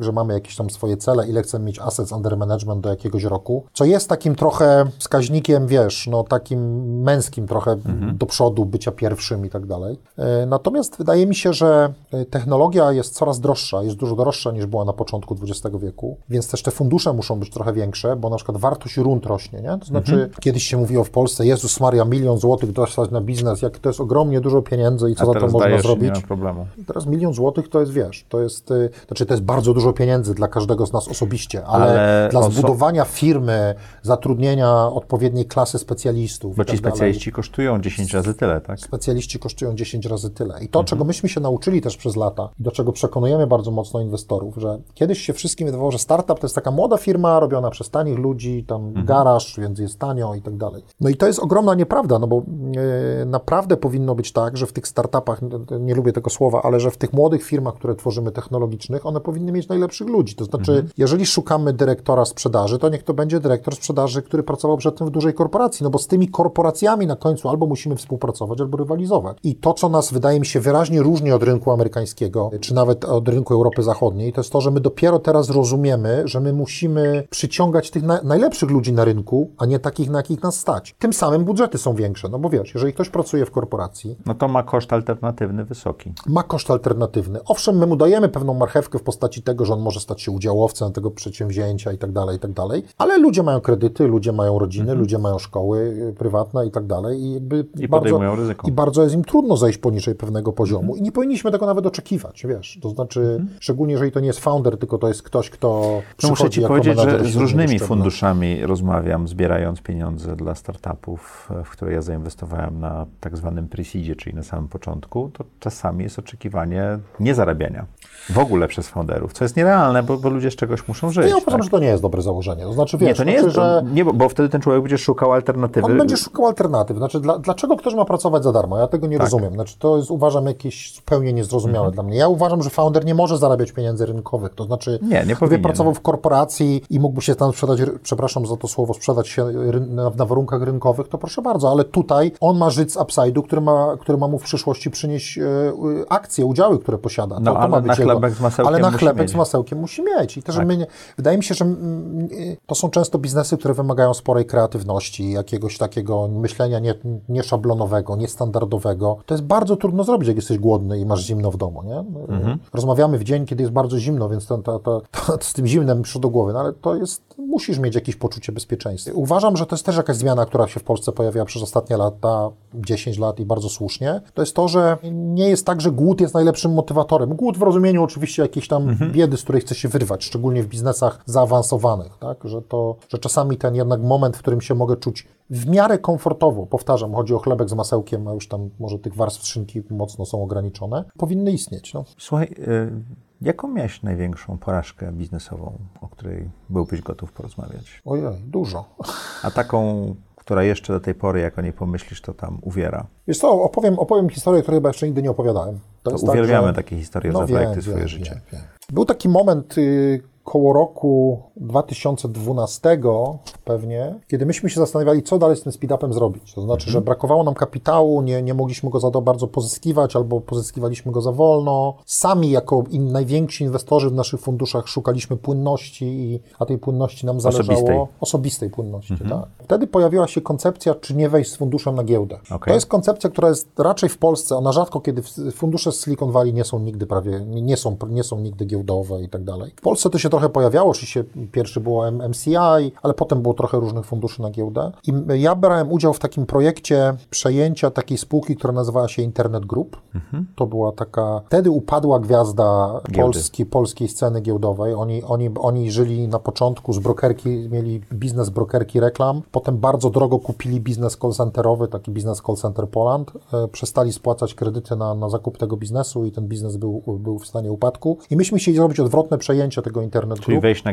że mamy jakieś tam swoje cele, ile chcemy mieć assets under management do jakiegoś roku, co jest takim trochę wskaźnikiem, wiesz, no takim męskim trochę mhm. do przodu, bycia pierwszym i tak dalej. Natomiast wydaje mi się, że technologia jest coraz droższa, jest dużo droższa niż była na początku dwudziestego wieku, więc też te fundusze muszą być trochę większe, bo na przykład wartość rund rośnie, nie? To znaczy, mhm. kiedyś się mówiło w Polsce, Jezus Maria, milion złotych dostać na biznes, jak to jest ogromnie dużo pieniędzy i co A za to można dajesz, zrobić. Nie ma problemu. I teraz milion złotych to jest, wiesz, to jest, znaczy to jest bardzo dużo pieniędzy dla każdego z nas osobiście, ale, ale dla zbudowania firmy, zatrudnienia odpowiedniej klasy specjalistów. Bo ci tak specjaliści dalej, kosztują dziesięć razy tyle, tak? Specjaliści kosztują dziesięć razy tyle. I to, mhm. czego myśmy się nauczyli też przez lata i do czego przekonujemy bardzo mocno inwestorów, że kiedyś się wszystkim wydawało, że startup to jest taka młoda firma robiona przez tanich ludzi, tam mhm. garaż, więc jest tanio i tak dalej. No i to jest ogromna nieprawda, no bo e, naprawdę powinno być tak, że w tych startupach, nie lubię tego słowa, ale że w tych młodych firmach, które tworzymy technologicznych, one powinny mieć najlepszych ludzi. To znaczy, mhm. jeżeli szukamy dyrektora sprzedaży, to niech to będzie dyrektor sprzedaży, który pracował przedtem w dużej korporacji, no bo z tymi korporacjami na końcu albo musimy współpracować, albo rywalizować. I to, co nas, wydaje mi się, wyraźnie różni od rynku amerykańskiego, czy nawet od rynku Europy Zachodniej, to jest to, że my dopiero teraz rozumiemy, że my musimy przyciągać tych na, najlepszych ludzi na rynku, a nie takich, na jakich nas stać. Tym samym budżety są większe, no bo wiesz, jeżeli ktoś pracuje w korporacji... No to ma koszt alternatywny wysoki. Ma koszt alternatywny. Owszem, my mu dajemy pewną marchewkę w postaci tego, że on może stać się udziałowcem tego przedsięwzięcia i tak dalej, i tak dalej, ale ludzie mają kredyty, ludzie mają rodziny, mhm. ludzie mają szkoły prywatne i tak dalej i jakby I bardzo, podejmują ryzyko. I bardzo jest im trudno zejść poniżej pewnego poziomu mhm. i nie powinniśmy tego nawet oczekiwać, wiesz, to znaczy, mhm. szczególnie jeżeli to nie jest founder, tylko to jest ktoś, kto no muszę Ci powiedzieć, że z różnymi funduszami rozmawiam, zbierając pieniądze dla startupów, w które ja zainwestowałem na tak zwanym pre-seedzie, czyli na samym początku, to czasami jest oczekiwanie niezarabiania w ogóle przez founderów, co jest nierealne, bo, bo ludzie z czegoś muszą żyć. Ja uważam, tak? że to nie jest dobre założenie. To znaczy, wiesz, nie, to nie znaczy, jest, że... nie, bo, bo wtedy ten człowiek będzie szukał alternatywy. On będzie szukał alternatyw. Znaczy, dla, dlaczego ktoś ma pracować za darmo? Ja tego nie tak. rozumiem. Znaczy, to jest, uważam, jakieś zupełnie niezrozumiałe mhm. dla mnie. Ja uważam, że founder nie może zarabiać pieniędzy rynkowych. To znaczy, nie, nie gdyby pracował w korporacji i mógłby się tam sprzedać, przepraszam za to słowo, sprzedać się na, na warunkach rynkowych, to proszę bardzo, ale tutaj on ma żyć z upside'u, który ma, który ma mu w przyszłości przynieść e, akcje, udziały, które posiada. To, no, to ale ma być na jego, chlebek z masełkiem ale na musi chlebek mieć. z masełkiem musi mieć. I też tak. my nie, wydaje mi się, że mm, to są często biznesy, które wymagają sporej kreatywności, jakiegoś takiego myślenia nie, nieszablonowego, niestandardowego. To jest bardzo trudno zrobić, jak jesteś głodny i masz zimno w domu, nie? Mhm. Rozmawiamy w dzień, kiedy jest bardzo zimno, więc to, to, to, to z tym zimnem przyszło do głowy, no ale to jest, musisz mieć jakieś poczucie bezpieczeństwa. Uważam, że to jest też jakaś zmiana, która się w Polsce pojawiła przez ostatnie lata, dziesięć lat i bardzo słusznie. To jest to, że nie jest tak, że głód jest najlepszym motywatorem. Głód w rozumieniu oczywiście jakiejś tam mhm. biedy, z której chce się wyrwać, szczególnie w biznesach zaawansowanych, tak? Że to, że czasami ten jednak moment, w którym się mogę czuć w miarę komfortowo, powtarzam, chodzi o chlebek z masełkiem, a już tam może tych warstw szynki mocno są ograniczone, powinny istnieć. No. Słuchaj, y- jaką miałeś największą porażkę biznesową, o której byłbyś gotów porozmawiać? Ojej, dużo. A taką, która jeszcze do tej pory, jak o niej pomyślisz, to tam uwiera? Wiesz co, opowiem, opowiem historię, której chyba jeszcze nigdy nie opowiadałem. To, to uwielbiamy tak, że... takie historie, no, zaprojektuj swoje wiem, życie. Wiem, wiem. Był taki moment y, koło roku dwa tysiące dwunastego pewnie, kiedy myśmy się zastanawiali, co dalej z tym speed-upem zrobić. To znaczy, mhm. że brakowało nam kapitału, nie, nie mogliśmy go za bardzo pozyskiwać, albo pozyskiwaliśmy go za wolno. Sami jako in, najwięksi inwestorzy w naszych funduszach szukaliśmy płynności, i, a tej płynności nam zależało. Osobistej, Osobistej płynności, mhm. tak. Wtedy pojawiła się koncepcja, czy nie wejść z funduszem na giełdę. Okay. To jest koncepcja, która jest raczej w Polsce, ona rzadko kiedy, fundusze z Silicon Valley nie są nigdy prawie, nie są, nie są nigdy giełdowe i tak dalej. W Polsce to się trochę pojawiało, oczywiście pierwszy było M C I, ale potem było trochę różnych funduszy na giełdę. I ja brałem udział w takim projekcie przejęcia takiej spółki, która nazywała się Internet Group. Mhm. To była taka, wtedy upadła gwiazda Polski, polskiej sceny giełdowej. Oni, oni, oni żyli na początku z brokerki, mieli biznes brokerki reklam, potem bardzo drogo kupili biznes call centerowy, taki biznes call center Poland. E, przestali spłacać kredyty na, na zakup tego biznesu i ten biznes był, był w stanie upadku. I myśmy chcieli zrobić odwrotne przejęcie tego Internet Group. Czyli wejść na giełdę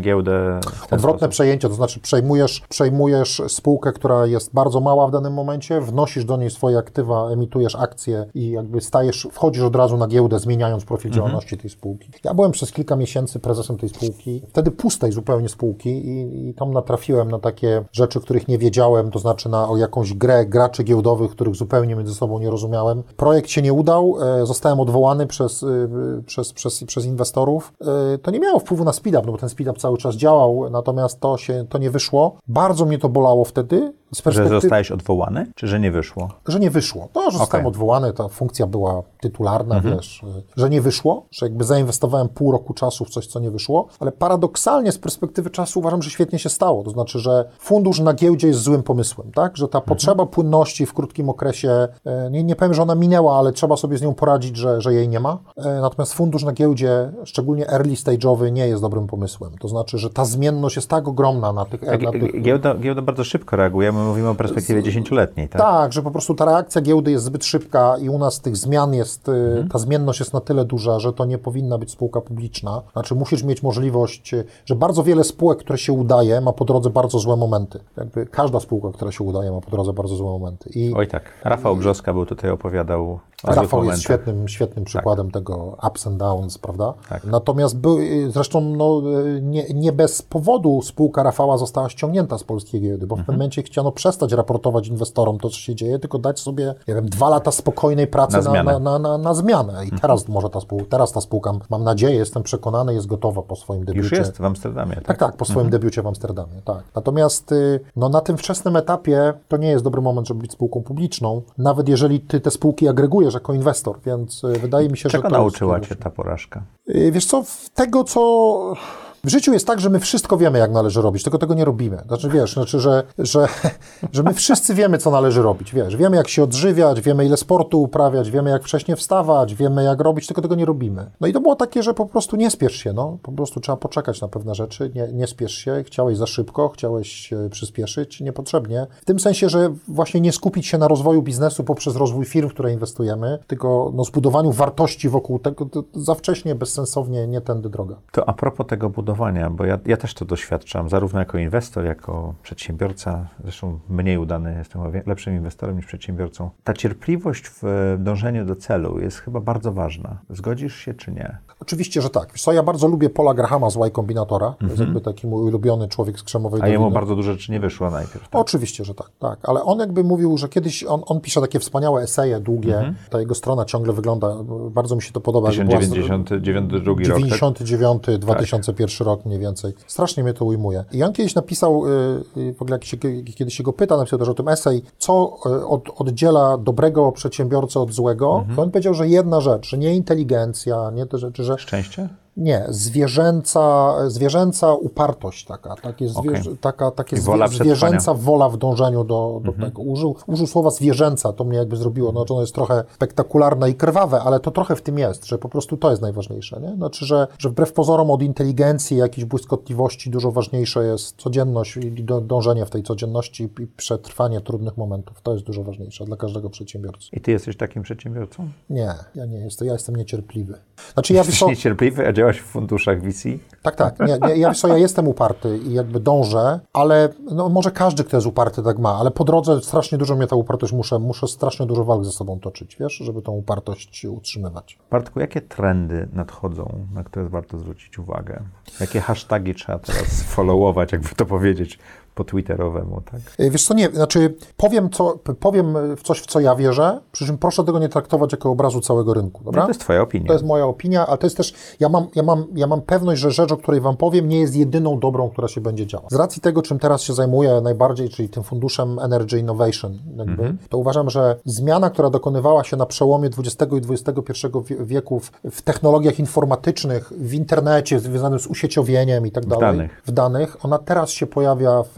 Odwrotne sposób. przejęcie, to znaczy przejmujesz, przejmujesz spółkę, która jest bardzo mała w danym momencie, wnosisz do niej swoje aktywa, emitujesz akcje i jakby stajesz, wchodzisz od razu na giełdę, zmieniając profil mhm. działalności tej spółki. Ja byłem przez kilka miesięcy prezesem tej spółki, wtedy pustej zupełnie spółki i, i tam natrafiłem na takie rzeczy, których nie wiedziałem, to znaczy na o jakąś grę graczy giełdowych, których zupełnie między sobą nie rozumiałem. Projekt się nie udał, e, zostałem odwołany przez, e, przez, przez, przez inwestorów. E, to nie miało wpływu na speedup, no bo ten speedup cały czas działał, natomiast to się, to nie wyszło. Bardzo mnie to bolało wtedy. Z perspektywy... Że zostałeś odwołany, czy że nie wyszło? Że nie wyszło. To, że zostałem okay. odwołany, ta funkcja była tytularna, mhm. wiesz, że nie wyszło, że jakby zainwestowałem pół roku czasu w coś, co nie wyszło, ale paradoksalnie z perspektywy czasu uważam, że świetnie się stało. To znaczy, że fundusz na giełdzie jest złym pomysłem, tak? Że ta mhm. potrzeba płynności w krótkim okresie, nie, nie powiem, że ona minęła, ale trzeba sobie z nią poradzić, że, że jej nie ma. Natomiast fundusz na giełdzie, szczególnie early stage'owy, nie jest dobrym pomysłem. To znaczy, że ta zmienność jest tak ogromna na tych... Na tych... Giełda, giełda bardzo szybko reaguje. Mówimy o perspektywie dziesięcioletniej, tak? Tak, że po prostu ta reakcja giełdy jest zbyt szybka i u nas tych zmian jest, mhm. ta zmienność jest na tyle duża, że to nie powinna być spółka publiczna. Znaczy musisz mieć możliwość, że bardzo wiele spółek, które się udaje, ma po drodze bardzo złe momenty. Jakby każda spółka, która się udaje, ma po drodze bardzo złe momenty. I, Oj tak, Rafał Brzoska był tutaj opowiadał o Rafał jest świetnym, świetnym przykładem tak. tego ups and downs, prawda? Tak. Natomiast był, zresztą no, nie, nie bez powodu spółka Rafała została ściągnięta z polskiej giełdy, bo w mhm. pewnym momencie chciano przestać raportować inwestorom to, co się dzieje, tylko dać sobie, nie wiem, dwa lata spokojnej pracy na, na, na, na, na, na zmianę. I mhm. teraz może ta spółka, teraz ta spółka, mam nadzieję, jestem przekonany, jest gotowa po swoim debiucie. Już jest w Amsterdamie. Tak, tak, tak po swoim mhm. debiucie w Amsterdamie, tak. Natomiast no, na tym wczesnym etapie to nie jest dobry moment, żeby być spółką publiczną, nawet jeżeli ty te spółki agregujesz jako inwestor, więc wydaje mi się, Czego że to nauczyła jest... cię ta porażka? Wiesz co, tego, co... W życiu jest tak, że my wszystko wiemy, jak należy robić, tylko tego nie robimy. Znaczy, wiesz, znaczy, że, że, że my wszyscy wiemy, co należy robić, wiesz. Wiemy, jak się odżywiać, wiemy, ile sportu uprawiać, wiemy, jak wcześnie wstawać, wiemy, jak robić, tylko tego nie robimy. No i to było takie, że po prostu nie spiesz się, no. Po prostu trzeba poczekać na pewne rzeczy, nie, nie spiesz się. Chciałeś za szybko, chciałeś przyspieszyć, niepotrzebnie. W tym sensie, że właśnie nie skupić się na rozwoju biznesu poprzez rozwój firm, w które inwestujemy, tylko no, zbudowaniu wartości wokół tego, to za wcześnie, bezsensownie, nie tędy droga. To a propos tego budowania, bo ja, ja też to doświadczam, zarówno jako inwestor, jako przedsiębiorca, zresztą mniej udany, jestem lepszym inwestorem niż przedsiębiorcą. Ta cierpliwość w dążeniu do celu jest chyba bardzo ważna. Zgodzisz się czy nie? Oczywiście, że tak. Wiesz co, ja bardzo lubię Paula Grahama z Y Combinatora, to mm-hmm. jest jakby taki mój ulubiony człowiek z Krzemowej A Doliny. jemu bardzo dużo rzeczy nie wyszło najpierw. Tak? Oczywiście, że tak, tak. Ale on jakby mówił, że kiedyś, on, on pisze takie wspaniałe eseje, długie, mm-hmm. ta jego strona ciągle wygląda, bardzo mi się to podoba. tysiąc dziewięćdziesiąty dziewiąty drugi rok. dziewięćdziesiąty dziewiąty dwa tysiące pierwszy tak. rok mniej więcej. Strasznie mnie to ujmuje. I on kiedyś napisał, w ogóle jak się, kiedy się go pyta, napisał też o tym esej, co od, oddziela dobrego przedsiębiorcę od złego, mm-hmm. to on powiedział, że jedna rzecz, że nie inteligencja, nie te rzeczy, że... Szczęście? Nie, zwierzęca, zwierzęca upartość taka, takie, zwierzę, okay. taka, takie wola zwie, zwierzęca wola w dążeniu do, do mhm. tego. Użył, użył słowa zwierzęca, to mnie jakby zrobiło, no to ono jest trochę spektakularne i krwawe, ale to trochę w tym jest, że po prostu to jest najważniejsze, nie? Znaczy, że, że wbrew pozorom od inteligencji, jakiejś błyskotliwości dużo ważniejsze jest codzienność i do, dążenie w tej codzienności i przetrwanie trudnych momentów. To jest dużo ważniejsze dla każdego przedsiębiorcy. I ty jesteś takim przedsiębiorcą? Nie, ja nie jestem, ja jestem niecierpliwy. Znaczy, ja jesteś wysok... niecierpliwy, a działasz w funduszach V C? Tak, tak. Nie, nie, ja, ja jestem uparty i jakby dążę, ale no, może każdy, kto jest uparty, tak ma, ale po drodze strasznie dużo mnie ta upartość, muszę, muszę strasznie dużo walk ze sobą toczyć, wiesz, żeby tą upartość utrzymywać. Bartku, jakie trendy nadchodzą, na które warto zwrócić uwagę? Jakie hasztagi trzeba teraz followować, jakby to powiedzieć, po twitterowemu, tak? Wiesz co, nie, znaczy powiem, co, powiem coś, w co ja wierzę, przy czym proszę tego nie traktować jako obrazu całego rynku, dobra? No to jest twoja opinia. To jest moja opinia, ale to jest też, ja mam, ja mam, ja mam pewność, że rzecz, o której wam powiem, nie jest jedyną dobrą, która się będzie działa. Z racji tego, czym teraz się zajmuję najbardziej, czyli tym funduszem Energy Innovation, jakby, mm-hmm. to uważam, że zmiana, która dokonywała się na przełomie dwudziestego i dwudziestego pierwszego wieku w, w technologiach informatycznych, w internecie związanym z usieciowieniem i tak dalej, danych. w danych, ona teraz się pojawia w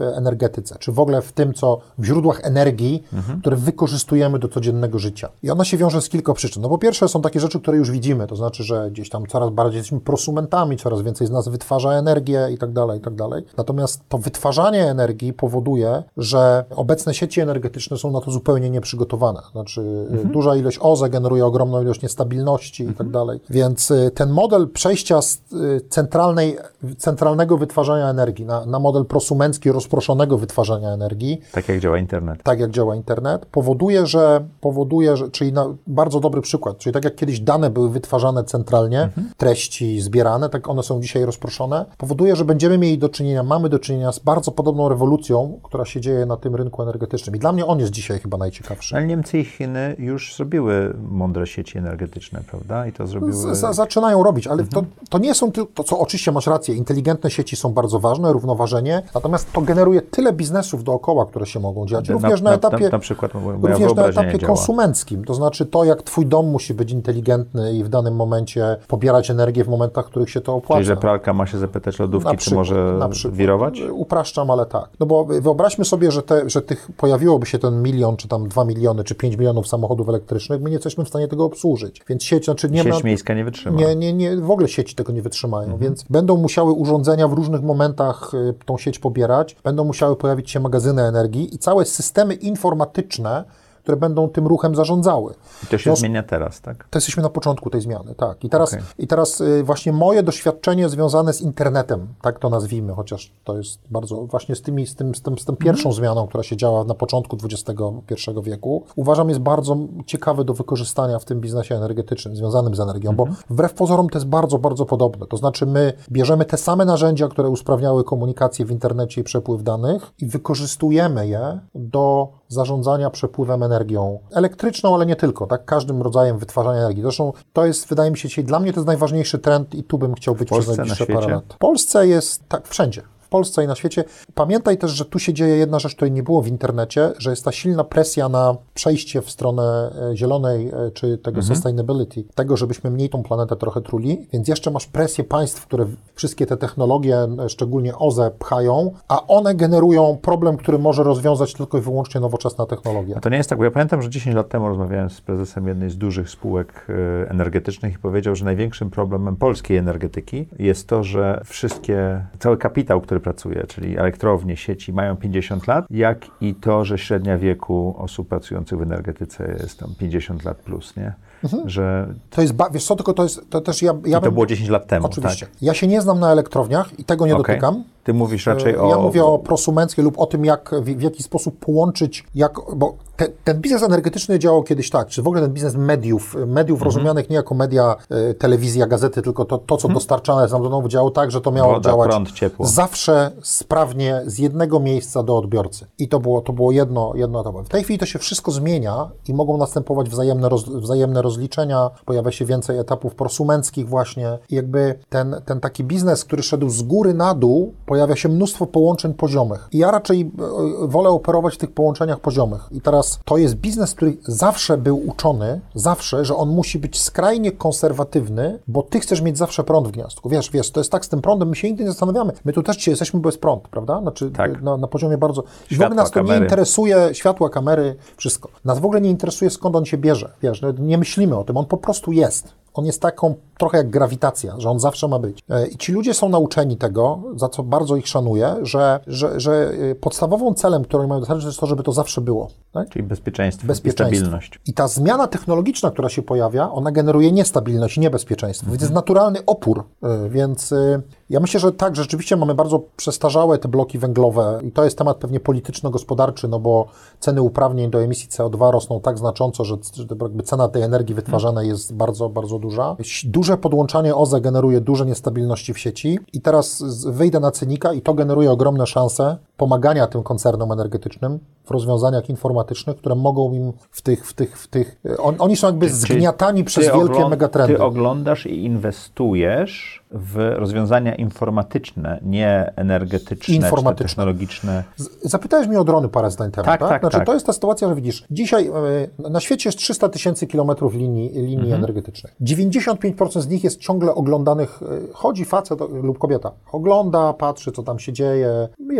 energetyce, czy w ogóle w tym, co w źródłach energii, mhm. które wykorzystujemy do codziennego życia. I ona się wiąże z kilku przyczyn. No po pierwsze są takie rzeczy, które już widzimy, to znaczy, że gdzieś tam coraz bardziej jesteśmy prosumentami, coraz więcej z nas wytwarza energię i tak dalej, i tak dalej. Natomiast to wytwarzanie energii powoduje, że obecne sieci energetyczne są na to zupełnie nieprzygotowane. Znaczy mhm. duża ilość O Z E generuje ogromną ilość niestabilności mhm. i tak dalej. Więc ten model przejścia z centralnej, centralnego wytwarzania energii na, na model prosumencki rozproszonego wytwarzania energii. Tak jak działa internet. Tak jak działa internet. Powoduje, że, powoduje, że czyli na, bardzo dobry przykład, czyli tak jak kiedyś dane były wytwarzane centralnie, mhm. treści zbierane, tak one są dzisiaj rozproszone, powoduje, że będziemy mieli do czynienia, mamy do czynienia z bardzo podobną rewolucją, która się dzieje na tym rynku energetycznym. I dla mnie on jest dzisiaj chyba najciekawszy. Ale Niemcy i Chiny już zrobiły mądre sieci energetyczne, prawda? I to zrobiły... Z, zaczynają robić, ale mhm. to, to nie są tylko, to co oczywiście masz rację, inteligentne sieci są bardzo ważne, równoważenie, natomiast to generuje tyle biznesów dookoła, które się mogą dziać. Również na, na etapie, na, na przykład również na etapie konsumenckim. To znaczy to, jak twój dom musi być inteligentny i w danym momencie pobierać energię w momentach, w których się to opłaca. Czyli, że pralka ma się zapytać lodówki, na czy przykład, może na przykład, wirować? Upraszczam, ale tak. No bo wyobraźmy sobie, że, te, że tych pojawiłoby się ten milion, czy tam dwa miliony, czy pięć milionów samochodów elektrycznych, my nie jesteśmy w stanie tego obsłużyć. Więc sieć, znaczy nie sieć ma, miejska nie wytrzyma. Nie, nie, nie, w ogóle sieci tego nie wytrzymają, mhm. więc będą musiały urządzenia w różnych momentach y, tą sieć pobierać, będą musiały pojawić się magazyny energii i całe systemy informatyczne, które będą tym ruchem zarządzały. I to się no, zmienia teraz, tak? To jesteśmy na początku tej zmiany, tak. I teraz, okay. i teraz y, właśnie moje doświadczenie związane z internetem, tak to nazwijmy, chociaż to jest bardzo właśnie z, tymi, z, tym, z, tym, z tą pierwszą mm. zmianą, która się działa na początku dwudziestego pierwszego wieku, uważam jest bardzo ciekawe do wykorzystania w tym biznesie energetycznym, związanym z energią, mm-hmm. bo wbrew pozorom to jest bardzo, bardzo podobne. To znaczy my bierzemy te same narzędzia, które usprawniały komunikację w internecie i przepływ danych i wykorzystujemy je do zarządzania przepływem energią elektryczną, ale nie tylko, tak? Każdym rodzajem wytwarzania energii. Zresztą to jest, wydaje mi się dzisiaj, dla mnie to jest najważniejszy trend i tu bym chciał być przez najbliższe parę lat. W Polsce jest, tak, wszędzie. W Polsce i na świecie. Pamiętaj też, że tu się dzieje jedna rzecz, której nie było w internecie, że jest ta silna presja na przejście w stronę zielonej, czy tego mhm. sustainability, tego, żebyśmy mniej tą planetę trochę truli, więc jeszcze masz presję państw, które wszystkie te technologie, szczególnie O Z E, pchają, a one generują problem, który może rozwiązać tylko i wyłącznie nowoczesna technologia. A to nie jest tak, bo ja pamiętam, że dziesięć lat temu rozmawiałem z prezesem jednej z dużych spółek energetycznych i powiedział, że największym problemem polskiej energetyki jest to, że wszystkie, cały kapitał, który pracuje, czyli elektrownie, sieci mają pięćdziesiąt lat, jak i to, że średnia wieku osób pracujących w energetyce jest tam pięćdziesiąt lat plus, nie? Mhm. Że... To jest, ba- wiesz co, tylko to jest, to też ja... ja I to bym... było dziesięć lat temu, oczywiście. Tak? Ja się nie znam na elektrowniach i tego nie okay. dotykam. Ty mówisz raczej o... Ja mówię o prosumenckiej lub o tym, jak, w, w jaki sposób połączyć, jak, bo te, ten biznes energetyczny działał kiedyś tak, czy w ogóle ten biznes mediów, mediów mhm. rozumianych nie jako media, y, telewizja, gazety, tylko to, to co mhm. dostarczane jest nam do domu, działało tak, że to miało Woda, działać prąd, ciepło. Zawsze sprawnie z jednego miejsca do odbiorcy. I to było, to było jedno, jedno etapowe. W tej chwili to się wszystko zmienia i mogą następować wzajemne, roz, wzajemne rozliczenia, pojawia się więcej etapów prosumenckich właśnie. I jakby ten, ten taki biznes, który szedł z góry na dół, pojawia się mnóstwo połączeń poziomych. I ja raczej wolę operować w tych połączeniach poziomych. I teraz to jest biznes, który zawsze był uczony, zawsze, że on musi być skrajnie konserwatywny, bo ty chcesz mieć zawsze prąd w gniazdku. Wiesz, wiesz, to jest tak z tym prądem, my się nigdy nie zastanawiamy. My tu też dzisiaj jesteśmy bez prądu, prawda? Znaczy tak. na, na poziomie bardzo... I światła, w ogóle nas to kamery. nie interesuje, światła, kamery, wszystko. Nas w ogóle nie interesuje, skąd on się bierze. Wiesz, nie myślimy o tym, on po prostu jest. On jest taką trochę jak grawitacja, że on zawsze ma być. I ci ludzie są nauczeni tego, za co bardzo ich szanuję, że, że, że podstawową celem, który mają dostarczyć, jest to, żeby to zawsze było. Tak? Czyli bezpieczeństwo, bezpieczeństwo i stabilność. I ta zmiana technologiczna, która się pojawia, ona generuje niestabilność i niebezpieczeństwo. Mhm. Więc jest naturalny opór. Więc ja myślę, że tak, że rzeczywiście mamy bardzo przestarzałe te bloki węglowe i to jest temat pewnie polityczno-gospodarczy, no bo ceny uprawnień do emisji C O dwa rosną tak znacząco, że, że jakby cena tej energii wytwarzanej mhm. jest bardzo, bardzo duża. Duże podłączanie O Z E generuje duże niestabilności w sieci i teraz wyjdę na cynika i to generuje ogromne szanse pomagania tym koncernom energetycznym w rozwiązaniach informatycznych, które mogą im w tych, w tych, w tych... On, oni są jakby zgniatani przez wielkie ogląd- megatrendy. Ty oglądasz i inwestujesz w rozwiązania informatyczne, nie energetyczne, informatyczne. Czy technologiczne. Zapytałeś mnie o drony parę zdań temu, tak? tak? tak, znaczy, tak. To jest ta sytuacja, że widzisz, dzisiaj yy, na świecie jest trzysta tysięcy kilometrów linii, linii mhm. energetycznych. dziewięćdziesiąt pięć procent z nich jest ciągle oglądanych, yy, chodzi facet lub kobieta, ogląda, patrzy, co tam się dzieje, jest okej. Okay.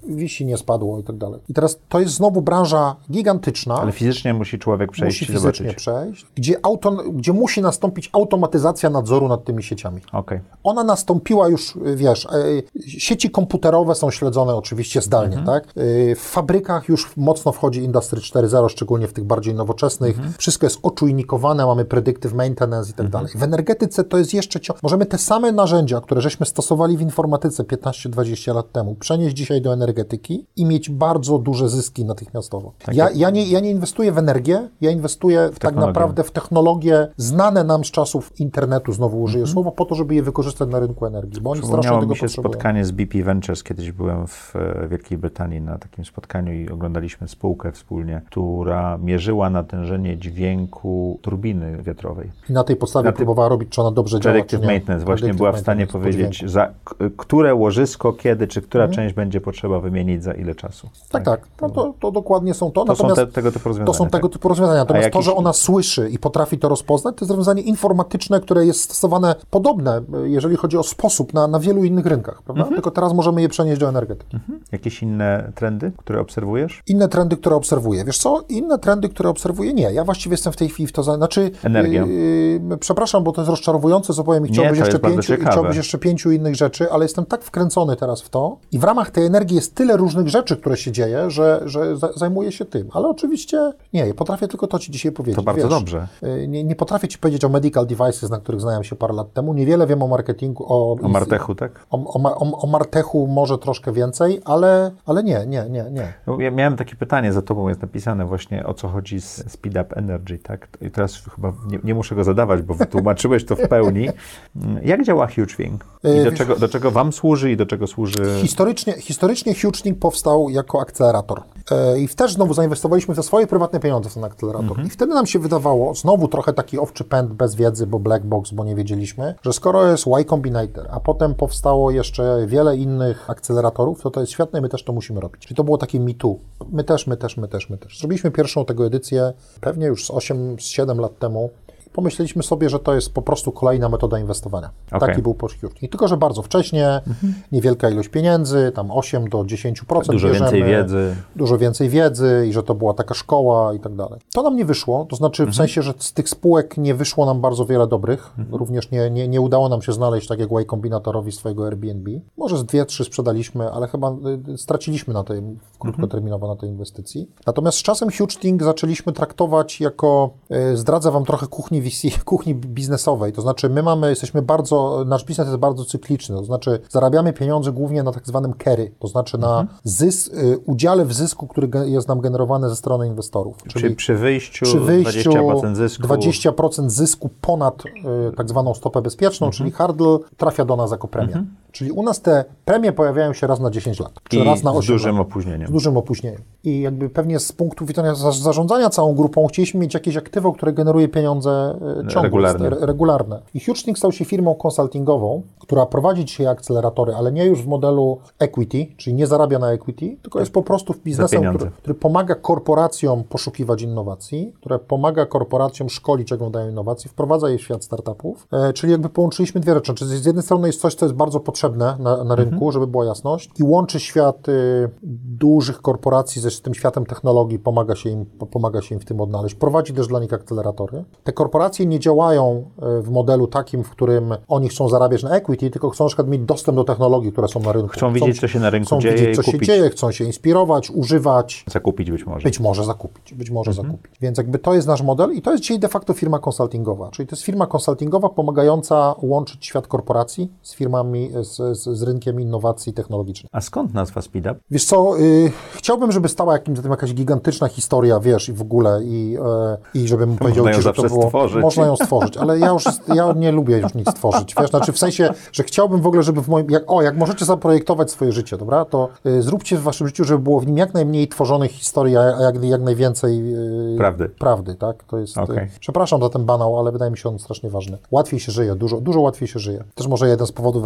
wisi, nie spadło i tak dalej. I teraz to jest znowu branża gigantyczna. Ale fizycznie musi człowiek przejść musi i fizycznie zobaczyć. przejść, gdzie, auto, gdzie musi nastąpić automatyzacja nadzoru nad tymi sieciami. Okay. Ona nastąpiła już, wiesz, sieci komputerowe są śledzone oczywiście zdalnie, mhm. tak? W fabrykach już mocno wchodzi Industry cztery zero, szczególnie w tych bardziej nowoczesnych. Mhm. Wszystko jest oczujnikowane, mamy predictive maintenance i tak mhm. dalej. W energetyce to jest jeszcze ciągle. Możemy te same narzędzia, które żeśmy stosowali w informatyce piętnaście dwadzieścia lat temu, przenieść dzisiaj do energetyki i mieć bardzo duże zyski natychmiastowo. Tak ja, ja, nie, ja nie inwestuję w energię, ja inwestuję w tak naprawdę w technologie znane nam z czasów internetu, znowu użyję mhm. słowa, po to, żeby je wykorzystać na rynku energii, bo oni strasznie tego mi się potrzebują. Spotkanie z B P Ventures, kiedyś byłem w Wielkiej Brytanii na takim spotkaniu i oglądaliśmy spółkę wspólnie, która mierzyła natężenie dźwięku turbiny wiatrowej. I na tej podstawie na próbowała robić, czy ona dobrze działa, Predictive maintenance. Właśnie była w stanie powiedzieć, za które łożysko, kiedy, czy która hmm. część będzie potrzeba wymienić za ile czasu. Tak, tak. tak. No to, to dokładnie są to. To Natomiast są te, tego typu rozwiązania. To są tego tak? typu rozwiązania. Natomiast jakiś... to, że ona słyszy i potrafi to rozpoznać, to jest rozwiązanie informatyczne, które jest stosowane podobne, jeżeli chodzi o sposób na, na wielu innych rynkach, prawda? Mhm. Tylko teraz możemy je przenieść do energetyki. Mhm. Jakieś inne trendy, które obserwujesz? Inne trendy, które obserwuję. Wiesz co? Inne trendy, które obserwuję? Nie. Ja właściwie jestem w tej chwili w to... Znaczy... Energia. Yy, przepraszam, bo to jest rozczarowujące, co powiem i chciałbyś, jeszcze pięciu, i chciałbyś jeszcze pięciu innych rzeczy, ale jestem tak wkręcony teraz w to i w ramach tej energii jest tyle różnych rzeczy, które się dzieje, że, że zajmuję się tym. Ale oczywiście nie, potrafię tylko to Ci dzisiaj powiedzieć. To bardzo Wiesz, dobrze. Nie, nie potrafię Ci powiedzieć o medical devices, na których znałem się parę lat temu. Niewiele wiem o marketingu. O, o Martechu, tak? O, o, o, o Martechu może troszkę więcej, ale, ale nie, nie, nie, nie. No, ja miałem takie pytanie, za Tobą jest napisane właśnie, o co chodzi z Speed Up Energy, tak? I teraz chyba nie, nie muszę go zadawać, bo wytłumaczyłeś to w pełni. Jak działa HugeThing? I do czego, do czego Wam służy i do czego służy... Historycznie, historycznie HugeThing powstał jako akcelerator. I też znowu zainwestowaliśmy za swoje prywatne pieniądze w ten akcelerator. Mhm. I wtedy nam się wydawało, znowu trochę taki owczy pęd bez wiedzy, bo black box, bo nie wiedzieliśmy, że skoro jest Y Combinator, a potem powstało jeszcze wiele innych akceleratorów, to to jest świetne i my też to musimy robić. Czyli to było takie me too. My też, my też, my też, my też. Zrobiliśmy pierwszą tego edycję pewnie już z osiem, z siedem lat temu. Pomyśleliśmy sobie, że to jest po prostu kolejna metoda inwestowania. Okay. Taki był HugeThing. I tylko, że bardzo wcześnie, mhm. niewielka ilość pieniędzy, tam osiem do dziesięciu procent Dużo bierzemy, więcej wiedzy. Dużo więcej wiedzy i że to była taka szkoła i tak dalej. To nam nie wyszło, to znaczy mhm. w sensie, że z tych spółek nie wyszło nam bardzo wiele dobrych. Mhm. Również nie, nie, nie udało nam się znaleźć tak jak Y Combinatorowi swojego Airbnb. Może z dwie, trzy sprzedaliśmy, ale chyba straciliśmy na tej, krótkoterminowo na tej inwestycji. Natomiast z czasem HugeThing zaczęliśmy traktować jako, zdradzę Wam trochę kuchni V C, kuchni biznesowej, to znaczy my mamy, jesteśmy bardzo, nasz biznes jest bardzo cykliczny, to znaczy zarabiamy pieniądze głównie na tak zwanym carry, to znaczy na mhm. zysk, udziale w zysku, który jest nam generowany ze strony inwestorów. Czyli, Czyli przy wyjściu, przy wyjściu dwadzieścia procent zysku, dwadzieścia procent zysku ponad y, tak zwaną stopę bezpieczną, mhm. czyli hurdle, trafia do nas jako premia. Mhm. Czyli u nas te premie pojawiają się raz na dziesięć lat, czy I raz na osiem lat. Z dużym opóźnieniem. Z dużym opóźnieniem. I jakby pewnie z punktu widzenia zarządzania całą grupą chcieliśmy mieć jakieś aktywo, które generuje pieniądze ciągłe, regularne. regularne. I HugeThing stał się firmą konsultingową, która prowadzi dzisiaj akceleratory, ale nie już w modelu equity, czyli nie zarabia na equity, tylko jest po prostu w biznesem, który, który pomaga korporacjom poszukiwać innowacji, które pomaga korporacjom szkolić, jak wyglądają innowacje, wprowadza je w świat startupów, e, czyli jakby połączyliśmy dwie rzeczy. Czyli z jednej strony jest coś, co jest bardzo potrzebne na, na rynku, mhm. żeby była jasność i łączy świat y, dużych korporacji ze z tym światem technologii, pomaga się im, pomaga się im w tym odnaleźć. Prowadzi też dla nich akceleratory. Te korporacje nie działają w modelu takim, w którym oni chcą zarabiać na equity, tylko chcą na przykład mieć dostęp do technologii, które są na rynku. Chcą widzieć, co się na rynku chcą dzieje widzieć, co i kupić. się dzieje, chcą się inspirować, używać. Zakupić być może. Być może zakupić, być może mhm. zakupić. Więc jakby to jest nasz model i to jest dzisiaj de facto firma konsultingowa, czyli to jest firma konsultingowa pomagająca łączyć świat korporacji z firmami, z, z, z rynkiem innowacji technologicznych. A skąd nazwa Speed Up? Wiesz co, y, chciałbym, żeby stała jakimś, zatem jakaś gigantyczna historia, wiesz, i w ogóle i, y, i żebym powiedział Ci, że to było... Stworzyć. Można ją stworzyć, ale ja już ja nie lubię już nic tworzyć, wiesz, znaczy w sensie, że chciałbym w ogóle, żeby w moim... Jak, o, jak możecie zaprojektować swoje życie, dobra, to y, zróbcie w waszym życiu, żeby było w nim jak najmniej tworzonych historii, a jak, jak najwięcej y, prawdy. prawdy, tak? To jest... Okay. Y, przepraszam za ten banał, ale wydaje mi się on strasznie ważny. Łatwiej się żyje, dużo, dużo łatwiej się żyje. Też może jeden z powodów, dla którego się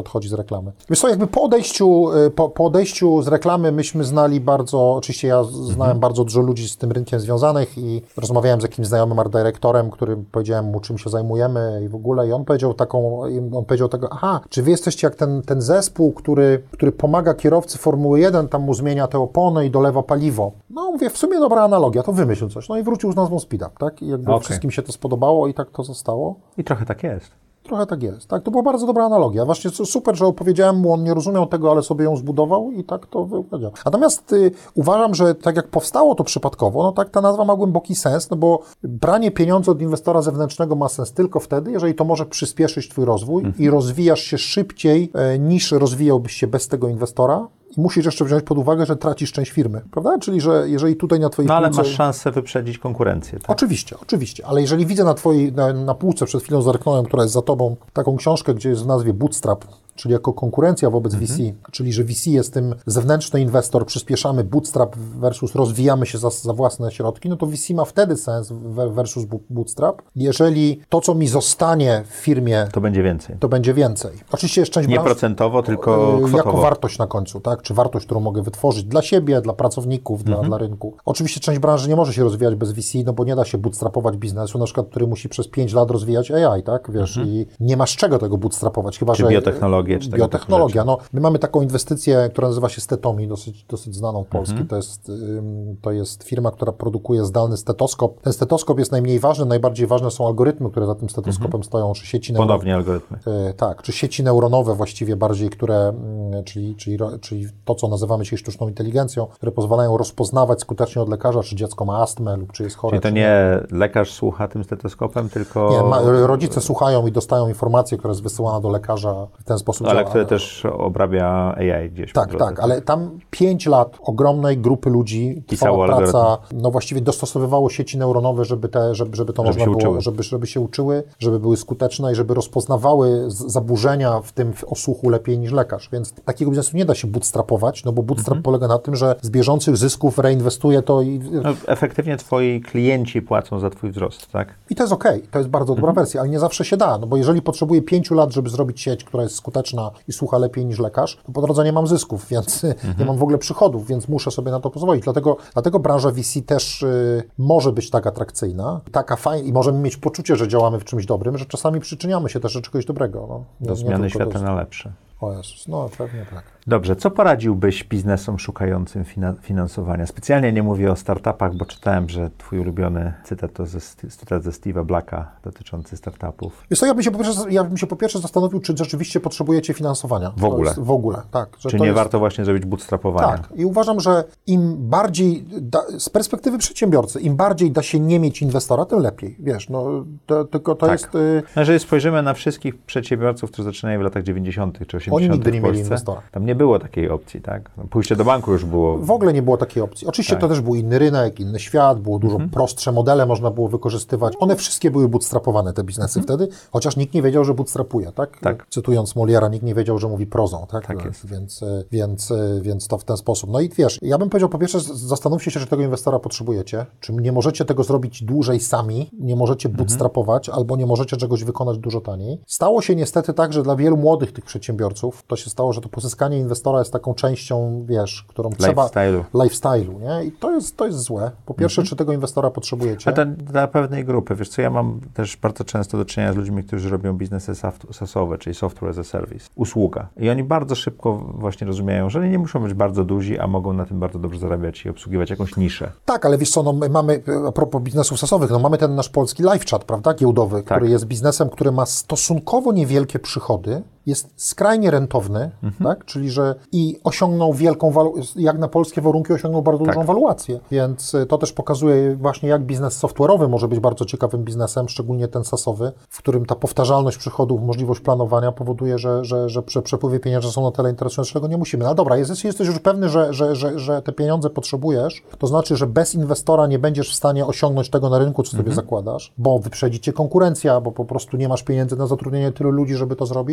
odchodzi z reklamy. Wiesz co, jakby po odejściu, po, po odejściu z reklamy myśmy znali bardzo, oczywiście ja znałem mhm. bardzo dużo ludzi z tym rynkiem związanych i rozmawiałem z jakimś znajomym art dyrektorem, którym powiedziałem mu, czym się zajmujemy i w ogóle i on powiedział taką, on powiedział tego, aha, czy wy jesteście jak ten, ten zespół, który, który pomaga kierowcy Formuły jeden, tam mu zmienia te opony i dolewa paliwo. No mówię, w sumie dobra analogia, to wymyśl coś. No i wrócił z nazwą Speed Up, tak? I jakby okay. wszystkim się to spodobało i tak to zostało. I trochę tak jest. Trochę tak jest. Tak, to była bardzo dobra analogia. Właśnie super, że opowiedziałem mu, on nie rozumiał tego, ale sobie ją zbudował i tak to wypowiedział. Natomiast y, uważam, że tak jak powstało to przypadkowo, no tak ta nazwa ma głęboki sens, no bo branie pieniędzy od inwestora zewnętrznego ma sens tylko wtedy, jeżeli to może przyspieszyć twój rozwój mhm. i rozwijasz się szybciej y, niż rozwijałbyś się bez tego inwestora. I musisz jeszcze wziąć pod uwagę, że tracisz część firmy, prawda? Czyli, że jeżeli tutaj na twojej No ale półce... masz szansę wyprzedzić konkurencję, tak? Oczywiście, oczywiście, ale jeżeli widzę na twojej, na, na półce, przed chwilą zerknąłem, która jest za tobą, taką książkę, gdzie jest w nazwie Bootstrap, czyli jako konkurencja wobec mhm. V C, czyli że V C jest tym zewnętrzny inwestor, przyspieszamy Bootstrap versus rozwijamy się za, za własne środki, no to V C ma wtedy sens versus Bootstrap. Jeżeli to, co mi zostanie w firmie... To będzie więcej. To będzie więcej. Oczywiście jest część Nie branż, procentowo, tylko kwotowo. Jako wartość na końcu, tak? Czy wartość, którą mogę wytworzyć dla siebie, dla pracowników, dla, mhm. dla rynku. Oczywiście część branży nie może się rozwijać bez V C, no bo nie da się bootstrapować biznesu, na przykład, który musi przez pięć lat rozwijać A I, tak? Wiesz, mhm. i nie masz czego tego bootstrapować, chyba, czy że... biotechnologię, czy biotechnologia. No, my mamy taką inwestycję, która nazywa się Stetomi, dosyć, dosyć znaną w Polsce. Mhm. To jest, to jest firma, która produkuje zdalny stetoskop. Ten stetoskop jest najmniej ważny, najbardziej ważne są algorytmy, które za tym stetoskopem mhm. stoją, czy sieci neuronowe. Ponownie algorytmy. E, tak, czy sieci neuronowe właściwie bardziej, które, czyli, czyli, czyli to, co nazywamy dzisiaj sztuczną inteligencją, które pozwalają rozpoznawać skutecznie od lekarza, czy dziecko ma astmę lub czy jest chore. Czyli to nie, nie lekarz słucha tym stetoskopem, tylko... Nie, ma, rodzice słuchają i dostają informację, która jest wysyłana do lekarza w ten sposób. No, ale działa. które też obrabia A I gdzieś. Tak, tak, ale tam pięć lat ogromnej grupy ludzi trwała praca, no właściwie dostosowywało sieci neuronowe, żeby, te, żeby, żeby to żeby można było, żeby, żeby się uczyły, żeby były skuteczne i żeby rozpoznawały zaburzenia w tym osłuchu lepiej niż lekarz. Więc takiego biznesu nie da się bootstrapować, no bo bootstrap mhm. polega na tym, że z bieżących zysków reinwestuje to i... No, efektywnie twoi klienci płacą za twój wzrost, tak? I to jest okej, okay. To jest bardzo dobra mhm. wersja, ale nie zawsze się da, no bo jeżeli potrzebuję pięciu lat, żeby zrobić sieć, która jest skuteczna i słucha lepiej niż lekarz, to po drodze nie mam zysków, więc mhm. nie mam w ogóle przychodów, więc muszę sobie na to pozwolić. Dlatego, dlatego branża V C też y, może być tak atrakcyjna, taka fajna i możemy mieć poczucie, że działamy w czymś dobrym, że czasami przyczyniamy się też do czegoś dobrego. No. Do nie, zmiany nie świata do... na lepsze. O Jezus, no pewnie tak. Dobrze, co poradziłbyś biznesom szukającym finansowania? Specjalnie nie mówię o startupach, bo czytałem, że twój ulubiony cytat to ze, cytat ze Steve'a Blacka dotyczący startupów. Wiesz co, ja bym się po pierwsze, ja bym się po pierwsze zastanowił, czy rzeczywiście potrzebujecie finansowania. W ogóle? Jest, w ogóle, tak. Że czy to nie jest... warto właśnie zrobić bootstrapowania? Tak. I uważam, że im bardziej, da, z perspektywy przedsiębiorcy, im bardziej da się nie mieć inwestora, tym lepiej. Wiesz, no to, tylko to tak. jest... Y... No, jeżeli spojrzymy na wszystkich przedsiębiorców, którzy zaczynają w latach dziewięćdziesiątych czy osiemdziesiątych Oni nigdy nie w Polsce, mieli inwestora. Tam nie było takiej opcji, tak? Pójście do banku już było... W ogóle nie było takiej opcji. Oczywiście tak. To też był inny rynek, inny świat, było dużo mhm. prostsze modele, można było wykorzystywać. One wszystkie były bootstrapowane, te biznesy mhm. wtedy, chociaż nikt nie wiedział, że bootstrapuje, tak? tak. Cytując Moliera, nikt nie wiedział, że mówi prozą, tak? Tak jest. Więc, więc, więc to w ten sposób. No i wiesz, ja bym powiedział, po pierwsze, zastanówcie się, czy tego inwestora potrzebujecie, czy nie możecie tego zrobić dłużej sami, nie możecie bootstrapować, mhm. albo nie możecie czegoś wykonać dużo taniej. Stało się niestety tak, że dla wielu młodych tych przedsiębiorców to się stało, że to pozyskanie inwestora jest taką częścią, wiesz, którą trzeba... Lifestyle'u. Lifestyle'u, nie? I to jest, to jest złe. Po pierwsze, mhm. czy tego inwestora potrzebujecie? A to dla pewnej grupy. Wiesz co, ja mam też bardzo często do czynienia z ludźmi, którzy robią biznesy SaaS-owe, czyli Software as a Service. Usługa. I oni bardzo szybko właśnie rozumieją, że nie muszą być bardzo duzi, a mogą na tym bardzo dobrze zarabiać i obsługiwać jakąś niszę. Tak, ale wiesz co, no my mamy, a propos biznesów SaaS-owych, no mamy ten nasz polski LiveChat, prawda, giełdowy, tak. który jest biznesem, który ma stosunkowo niewielkie przychody, jest skrajnie rentowny, mhm. tak? Czyli że i osiągnął wielką, walu- jak na polskie warunki osiągnął bardzo tak. dużą waluację, więc to też pokazuje właśnie, jak biznes software'owy może być bardzo ciekawym biznesem, szczególnie ten sasowy, w którym ta powtarzalność przychodów, możliwość planowania powoduje, że, że, że przepływy pieniędzy są na tyle interesujące, czego nie musimy. No dobra, jest, jesteś już pewny, że, że, że, że te pieniądze potrzebujesz, to znaczy, że bez inwestora nie będziesz w stanie osiągnąć tego na rynku, co sobie mhm. zakładasz, bo wyprzedzi cię konkurencja, bo po prostu nie masz pieniędzy na zatrudnienie tylu ludzi, żeby to zrobić.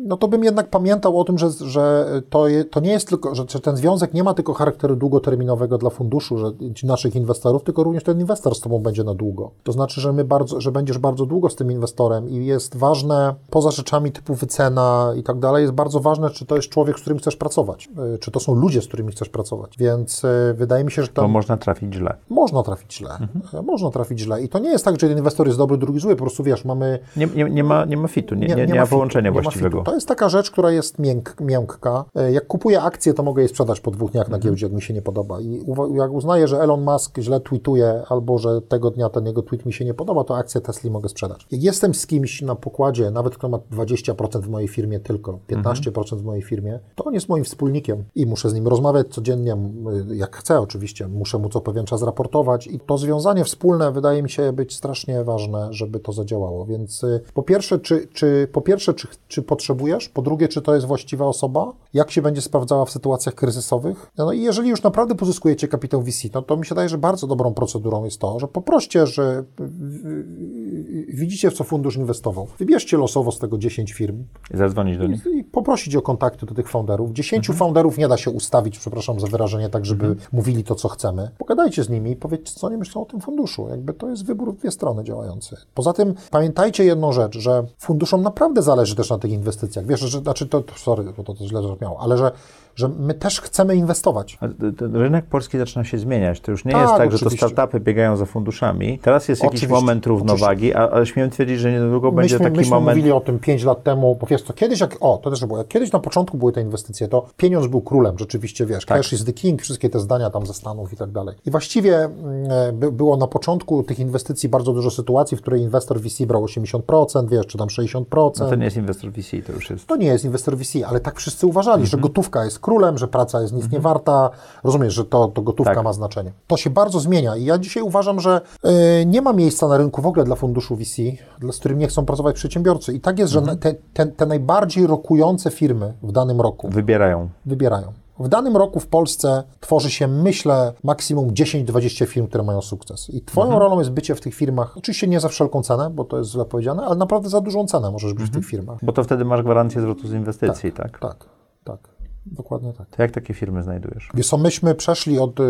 no to bym jednak pamiętał o tym, że, że to, je, to nie jest tylko, że ten związek nie ma tylko charakteru długoterminowego dla funduszu, że naszych inwestorów, tylko również ten inwestor z tobą będzie na długo. To znaczy, że my bardzo, że będziesz bardzo długo z tym inwestorem i jest ważne, poza rzeczami typu wycena i tak dalej, jest bardzo ważne, czy to jest człowiek, z którym chcesz pracować, czy to są ludzie, z którymi chcesz pracować. Więc wydaje mi się, że tam... Bo można trafić źle. Można trafić źle. Mhm. Można trafić źle. I to nie jest tak, że jeden inwestor jest dobry, drugi zły. Po prostu wiesz, mamy... Nie, nie, nie, ma, nie ma fitu, nie, nie, nie, nie ma, ma połączenia fitu, właściwego. Nie ma fitu. To jest taka rzecz, która jest mięk, miękka. Jak kupuję akcję, to mogę je sprzedać po dwóch dniach mhm. na giełdzie, jak mi się nie podoba. I jak uznaję, że Elon Musk źle tweetuje, albo że tego dnia ten jego tweet mi się nie podoba, to akcję Tesli mogę sprzedać. Jak jestem z kimś na pokładzie, nawet kto ma dwadzieścia procent w mojej firmie tylko, piętnaście procent mhm. w mojej firmie, to on jest moim wspólnikiem i muszę z nim rozmawiać codziennie, jak chcę oczywiście. Muszę mu co pewien czas raportować i to związanie wspólne wydaje mi się być strasznie ważne, żeby to zadziałało. Więc po pierwsze, czy, czy, po pierwsze czy, czy potrzebujesz? Po drugie, czy to jest właściwa osoba? Jak się będzie sprawdzała w sytuacjach kryzysowych? No i jeżeli już naprawdę pozyskujecie kapitał V C, no to mi się wydaje, że bardzo dobrą procedurą jest to, że poproście, że widzicie, w co fundusz inwestował. Wybierzcie losowo z tego dziesięć firm. I zadzwonić do nich. I poprosić o kontakty do tych founderów. dziesięciu mhm. founderów nie da się ustawić, przepraszam za wyrażenie, tak, żeby mhm. mówili to, co chcemy. Pogadajcie z nimi i powiedzcie, co oni myślą o tym funduszu. Jakby to jest wybór w dwie strony działający. Poza tym pamiętajcie jedną rzecz, że funduszom naprawdę zależy też na tych inwestycjach. Wiesz, że, znaczy to, sorry, bo to, to źle zabrzmiało, ale że że my też chcemy inwestować. Ten rynek polski zaczyna się zmieniać. To już nie tak, jest tak, oczywiście. Że to startupy biegają za funduszami. Teraz jest oczywiście. Jakiś moment równowagi, a, a śmiem twierdzić, że niedługo myśmy, będzie taki myśmy moment... Myśmy mówili o tym pięć lat temu, bo wiesz co, kiedyś jak, o, to też było, jak kiedyś na początku były te inwestycje, to pieniądz był królem, rzeczywiście, wiesz, tak. Cash is the king, wszystkie te zdania tam ze Stanów i tak dalej. I właściwie by, było na początku tych inwestycji bardzo dużo sytuacji, w której inwestor V C brał osiemdziesiąt procent, wiesz, czy tam sześćdziesiąt procent. No to nie jest inwestor V C, to już jest... To nie jest inwestor V C, ale tak wszyscy uważali, mhm. że gotówka jest królem, że praca jest nic mhm. nie warta. Rozumiesz, że to, to gotówka tak. ma znaczenie. To się bardzo zmienia i ja dzisiaj uważam, że y, nie ma miejsca na rynku w ogóle dla funduszu V C, dla, z którym nie chcą pracować przedsiębiorcy. I tak jest, mhm. że te, te, te najbardziej rokujące firmy w danym roku wybierają. Wybierają. W danym roku w Polsce tworzy się, myślę, maksimum dziesięć do dwudziestu firm, które mają sukces. I twoją mhm. rolą jest bycie w tych firmach, oczywiście nie za wszelką cenę, bo to jest źle powiedziane, ale naprawdę za dużą cenę możesz być mhm. w tych firmach. Bo to wtedy masz gwarancję zwrotu z inwestycji, tak? Tak, tak, tak. Dokładnie tak. To jak takie firmy znajdujesz? Wiesz co, myśmy przeszli od y,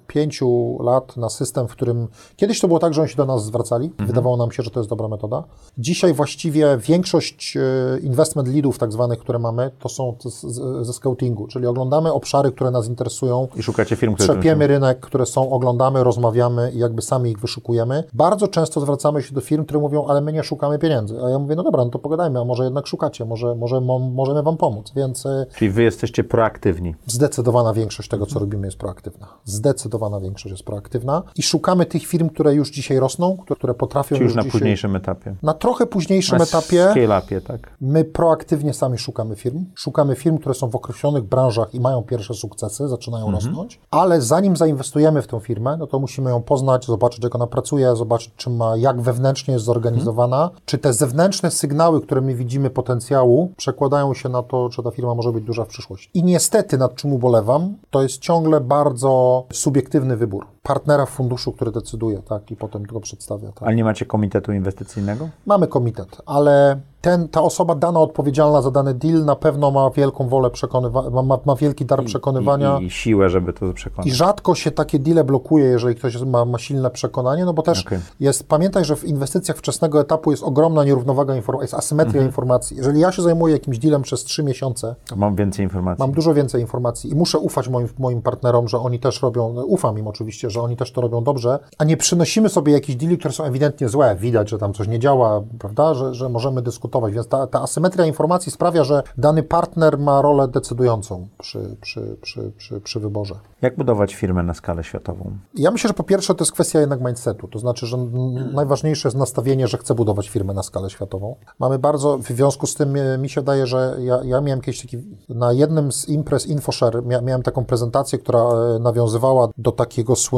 pięciu lat na system, w którym kiedyś to było tak, że oni się do nas zwracali. Mhm. Wydawało nam się, że to jest dobra metoda. Dzisiaj właściwie większość y, investment leadów tak zwanych, które mamy, to są z, z, ze scoutingu, czyli oglądamy obszary, które nas interesują. I szukacie firm, które... Trzepiemy rynek, które są, oglądamy, rozmawiamy i jakby sami ich wyszukujemy. Bardzo często zwracamy się do firm, które mówią, ale my nie szukamy pieniędzy. A ja mówię, no dobra, no to pogadajmy, a może jednak szukacie, może, może mo, możemy wam pomóc, więc... Y, czyli wy jesteście proaktywni. Zdecydowana większość tego, co robimy, jest proaktywna. Zdecydowana większość jest proaktywna i szukamy tych firm, które już dzisiaj rosną, które potrafią... Czyli już na dzisiaj... późniejszym etapie. Na trochę późniejszym na etapie. Na scale-upie, tak. My proaktywnie sami szukamy firm. Szukamy firm, które są w określonych branżach i mają pierwsze sukcesy, zaczynają mhm. rosnąć, ale zanim zainwestujemy w tę firmę, no to musimy ją poznać, zobaczyć, jak ona pracuje, zobaczyć, czy ma, jak wewnętrznie jest zorganizowana, mhm. czy te zewnętrzne sygnały, które my widzimy potencjału, przekładają się na to, że ta firma może być duża w przyszłości. I niestety, nad czym ubolewam, to jest ciągle bardzo subiektywny wybór partnera w funduszu, który decyduje, tak, i potem go przedstawia. Tak. Ale nie macie komitetu inwestycyjnego? Mamy komitet, ale ten, ta osoba dana odpowiedzialna za dany deal na pewno ma wielką wolę przekonywania, ma, ma, ma wielki dar I, przekonywania. I, I siłę, żeby to przekonać. I rzadko się takie deale blokuje, jeżeli ktoś ma, ma silne przekonanie, no bo też okay. jest, pamiętaj, że w inwestycjach wczesnego etapu jest ogromna nierównowaga informacji, jest asymetria mhm. informacji. Jeżeli ja się zajmuję jakimś dealem przez trzy miesiące, to mam więcej informacji. Mam dużo więcej informacji i muszę ufać moim, moim partnerom, że oni też robią, no, ufam im oczywiście, że oni też to robią dobrze, a nie przynosimy sobie jakichś deali, które są ewidentnie złe, widać, że tam coś nie działa, prawda, że, że możemy dyskutować, więc ta, ta asymetria informacji sprawia, że dany partner ma rolę decydującą przy, przy, przy, przy, przy wyborze. Jak budować firmę na skalę światową? Ja myślę, że po pierwsze to jest kwestia jednak mindsetu, to znaczy, że hmm. najważniejsze jest nastawienie, że chcę budować firmę na skalę światową. Mamy bardzo, w związku z tym mi się wydaje, że ja, ja miałem kiedyś taki, na jednym z imprez InfoShare mia, miałem taką prezentację, która nawiązywała do takiego słynnego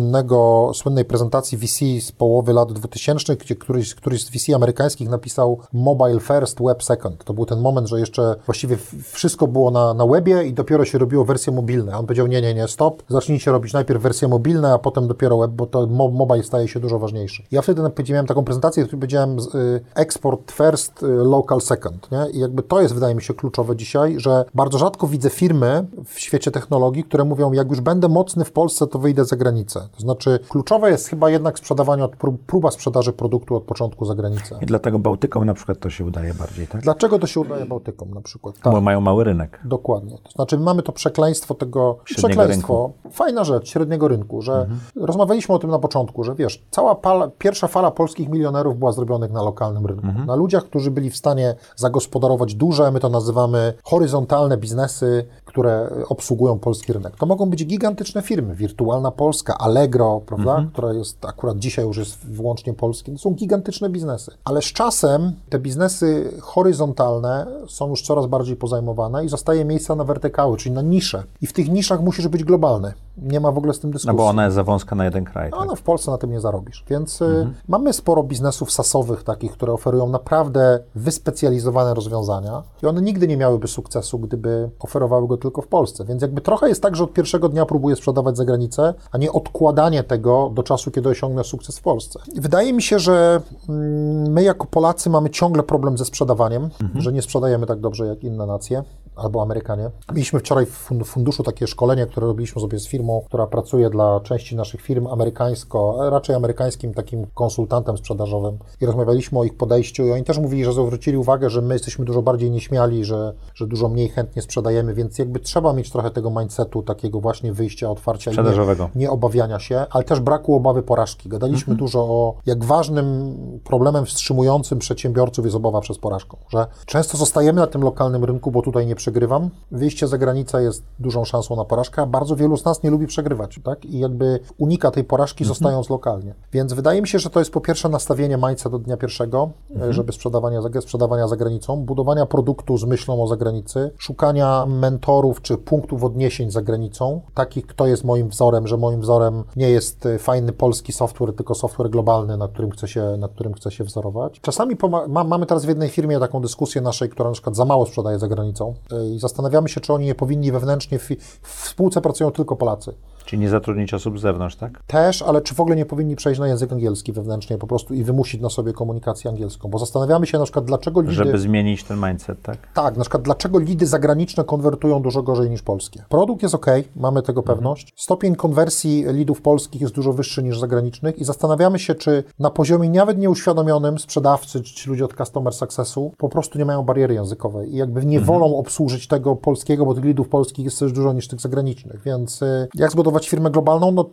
słynnego, słynnej prezentacji V C z połowy lat dwutysięcznych, gdzie któryś, któryś z V C amerykańskich napisał mobile first, web second. To był ten moment, że jeszcze właściwie wszystko było na, na webie i dopiero się robiło wersje mobilne. A on powiedział, nie, nie, nie, stop, zacznijcie robić najpierw wersje mobilne, a potem dopiero web, bo to mobile staje się dużo ważniejszy. Ja wtedy miałem taką prezentację, w której powiedziałem export first, local second. Nie? I jakby to jest, wydaje mi się, kluczowe dzisiaj, że bardzo rzadko widzę firmy w świecie technologii, które mówią, jak już będę mocny w Polsce, to wyjdę za granicę. To znaczy, kluczowe jest chyba jednak sprzedawanie, od, próba sprzedaży produktu od początku za granicę. I dlatego Bałtykom na przykład to się udaje bardziej, tak? Dlaczego to się udaje Bałtykom na przykład? Tak. Bo tak. mają mały rynek. Dokładnie. To znaczy, mamy to przekleństwo tego... Średniego przekleństwo, rynku. Fajna rzecz, średniego rynku, że mhm. rozmawialiśmy o tym na początku, że wiesz, cała pala, pierwsza fala polskich milionerów była zrobionych na lokalnym rynku. Mhm. Na ludziach, którzy byli w stanie zagospodarować duże, my to nazywamy horyzontalne biznesy, które obsługują polski rynek. To mogą być gigantyczne firmy, Wirtualna Polska, Allegro, prawda, mhm. która jest akurat dzisiaj już jest wyłącznie polskie. To są gigantyczne biznesy. Ale z czasem te biznesy horyzontalne są już coraz bardziej pozajmowane i zostaje miejsca na wertykały, czyli na nisze. I w tych niszach musisz być globalny. Nie ma w ogóle z tym dyskusji. No bo ona jest za wąska na jeden kraj. No, tak? no w Polsce na tym nie zarobisz. Więc mhm. y, mamy sporo biznesów sasowych takich, które oferują naprawdę wyspecjalizowane rozwiązania i one nigdy nie miałyby sukcesu, gdyby oferowały go tylko w Polsce. Więc jakby trochę jest tak, że od pierwszego dnia próbuję sprzedawać za granicę, a nie odkładanie tego do czasu, kiedy osiągnę sukces w Polsce. I wydaje mi się, że mm, my jako Polacy mamy ciągle problem ze sprzedawaniem, mhm. że nie sprzedajemy tak dobrze jak inne nacje albo Amerykanie. Mieliśmy wczoraj w funduszu takie szkolenie, które robiliśmy sobie z firmą, która pracuje dla części naszych firm amerykańsko, raczej amerykańskim takim konsultantem sprzedażowym i rozmawialiśmy o ich podejściu i oni też mówili, że zwrócili uwagę, że my jesteśmy dużo bardziej nieśmiali, że, że dużo mniej chętnie sprzedajemy, więc jakby trzeba mieć trochę tego mindsetu, takiego właśnie wyjścia, otwarcia, sprzedażowego. Nie, nie obawiania się, ale też braku obawy porażki. Gadaliśmy mhm. dużo o, jak ważnym problemem wstrzymującym przedsiębiorców jest obawa przed porażką, że często zostajemy na tym lokalnym rynku, bo tutaj nie przegrywam. Wyjście za granicę jest dużą szansą na porażkę, a bardzo wielu z nas nie lubi przegrywać, tak? I jakby unika tej porażki, mhm. zostając lokalnie. Więc wydaje mi się, że to jest po pierwsze nastawienie mindset do dnia pierwszego, mhm. żeby sprzedawania, sprzedawania za granicą, budowania produktu z myślą o zagranicy, szukania mentorów czy punktów odniesień za granicą, takich, kto jest moim wzorem, że moim wzorem nie jest fajny polski software, tylko software globalny, na którym chcę się, na którym chcę się wzorować. Czasami ma, mamy teraz w jednej firmie taką dyskusję naszej, która na przykład za mało sprzedaje za granicą i zastanawiamy się, czy oni nie powinni wewnętrznie, w, w spółce pracują tylko Polacy. Czyli nie zatrudnić osób z zewnątrz, tak? Też, ale czy w ogóle nie powinni przejść na język angielski wewnętrznie po prostu i wymusić na sobie komunikację angielską? Bo zastanawiamy się na przykład, dlaczego lidy... Żeby zmienić ten mindset, tak? Tak, na przykład dlaczego lidy zagraniczne konwertują dużo gorzej niż polskie. Produkt jest ok, mamy tego mhm. pewność. Stopień konwersji lidów polskich jest dużo wyższy niż zagranicznych i zastanawiamy się, czy na poziomie nawet nieuświadomionym sprzedawcy, czy ludzie od customer successu po prostu nie mają bariery językowej i jakby nie mhm. wolą obsłużyć tego polskiego, bo tych lidów polskich jest też dużo niż tych zagranicznych. Więc y, jak zbudować firmę globalną? No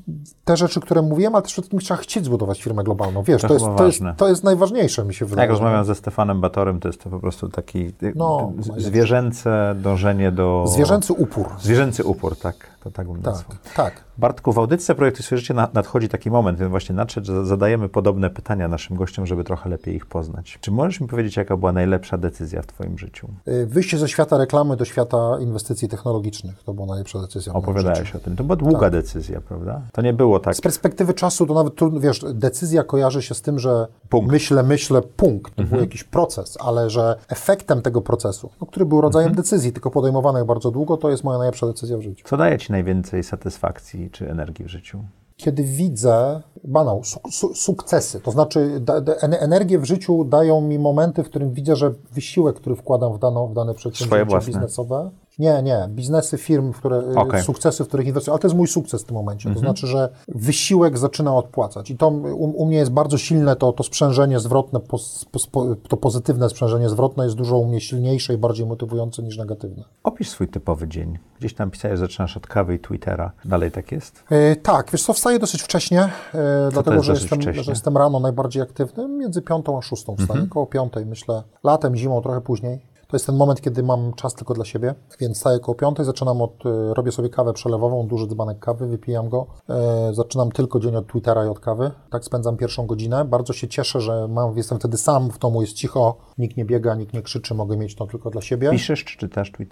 te rzeczy, które mówiłem, ale też przede wszystkim trzeba chcieć zbudować firmę globalną. Wiesz, to, to, jest, to, jest, to jest najważniejsze, mi się wydaje. Jak rozmawiam ze Stefanem Batorem, to jest to po prostu taki no, zwierzęce dążenie do... Zwierzęcy upór. Zwierzęcy upór, tak. To tak bym tak, nazwał. tak. Bartku, w audycji Projektuj swoje życie nadchodzi taki moment, ten właśnie nadszedł, że zadajemy podobne pytania naszym gościom, żeby trochę lepiej ich poznać. Czy możesz mi powiedzieć, jaka była najlepsza decyzja w twoim życiu? Wyjście ze świata reklamy do świata inwestycji technologicznych. To była najlepsza decyzja. Opowiadałeś o tym. To była długa tak. decyzja, prawda? To nie było tak... Z perspektywy czasu to nawet, wiesz, decyzja kojarzy się z tym, że punkt. myślę, myślę, punkt. To mhm. był jakiś proces, ale że efektem tego procesu, no, który był rodzajem mhm. decyzji, tylko podejmowanych bardzo długo, to jest moja najlepsza decyzja w życiu. Co daje ci najwięcej satysfakcji czy energii w życiu? Kiedy widzę, banał, su- su- sukcesy, to znaczy da, da, energię w życiu dają mi momenty, w którym widzę, że wysiłek, który wkładam w, daną, w dane przedsięwzięcie biznesowe, nie, nie, biznesy firm, w które, okay. sukcesy, w których inwestuję, ale to jest mój sukces w tym momencie, mm-hmm. to znaczy, że wysiłek zaczyna odpłacać i to u, u mnie jest bardzo silne, to, to sprzężenie zwrotne, pos, pos, to pozytywne sprzężenie zwrotne jest dużo u mnie silniejsze i bardziej motywujące niż negatywne. Opisz swój typowy dzień. Gdzieś tam pisałeś, że zaczynasz od kawy i Twittera. Dalej tak jest? E, tak, wiesz co, wstaję dosyć wcześnie, e, dlatego, że jestem, że jestem rano najbardziej aktywny, między piątą a szóstą wstaję, mm-hmm. koło piątej myślę, latem, zimą trochę później. To jest ten moment, kiedy mam czas tylko dla siebie, więc staję koło piątej, zaczynam od, robię sobie kawę przelewową, duży dzbanek kawy, wypijam go. E, zaczynam tylko dzień od Twittera i od kawy. Tak spędzam pierwszą godzinę. Bardzo się cieszę, że mam, jestem wtedy sam, w domu jest cicho, nikt nie biega, nikt nie krzyczy, mogę mieć to tylko dla siebie. Piszesz czy czytasz Twittera?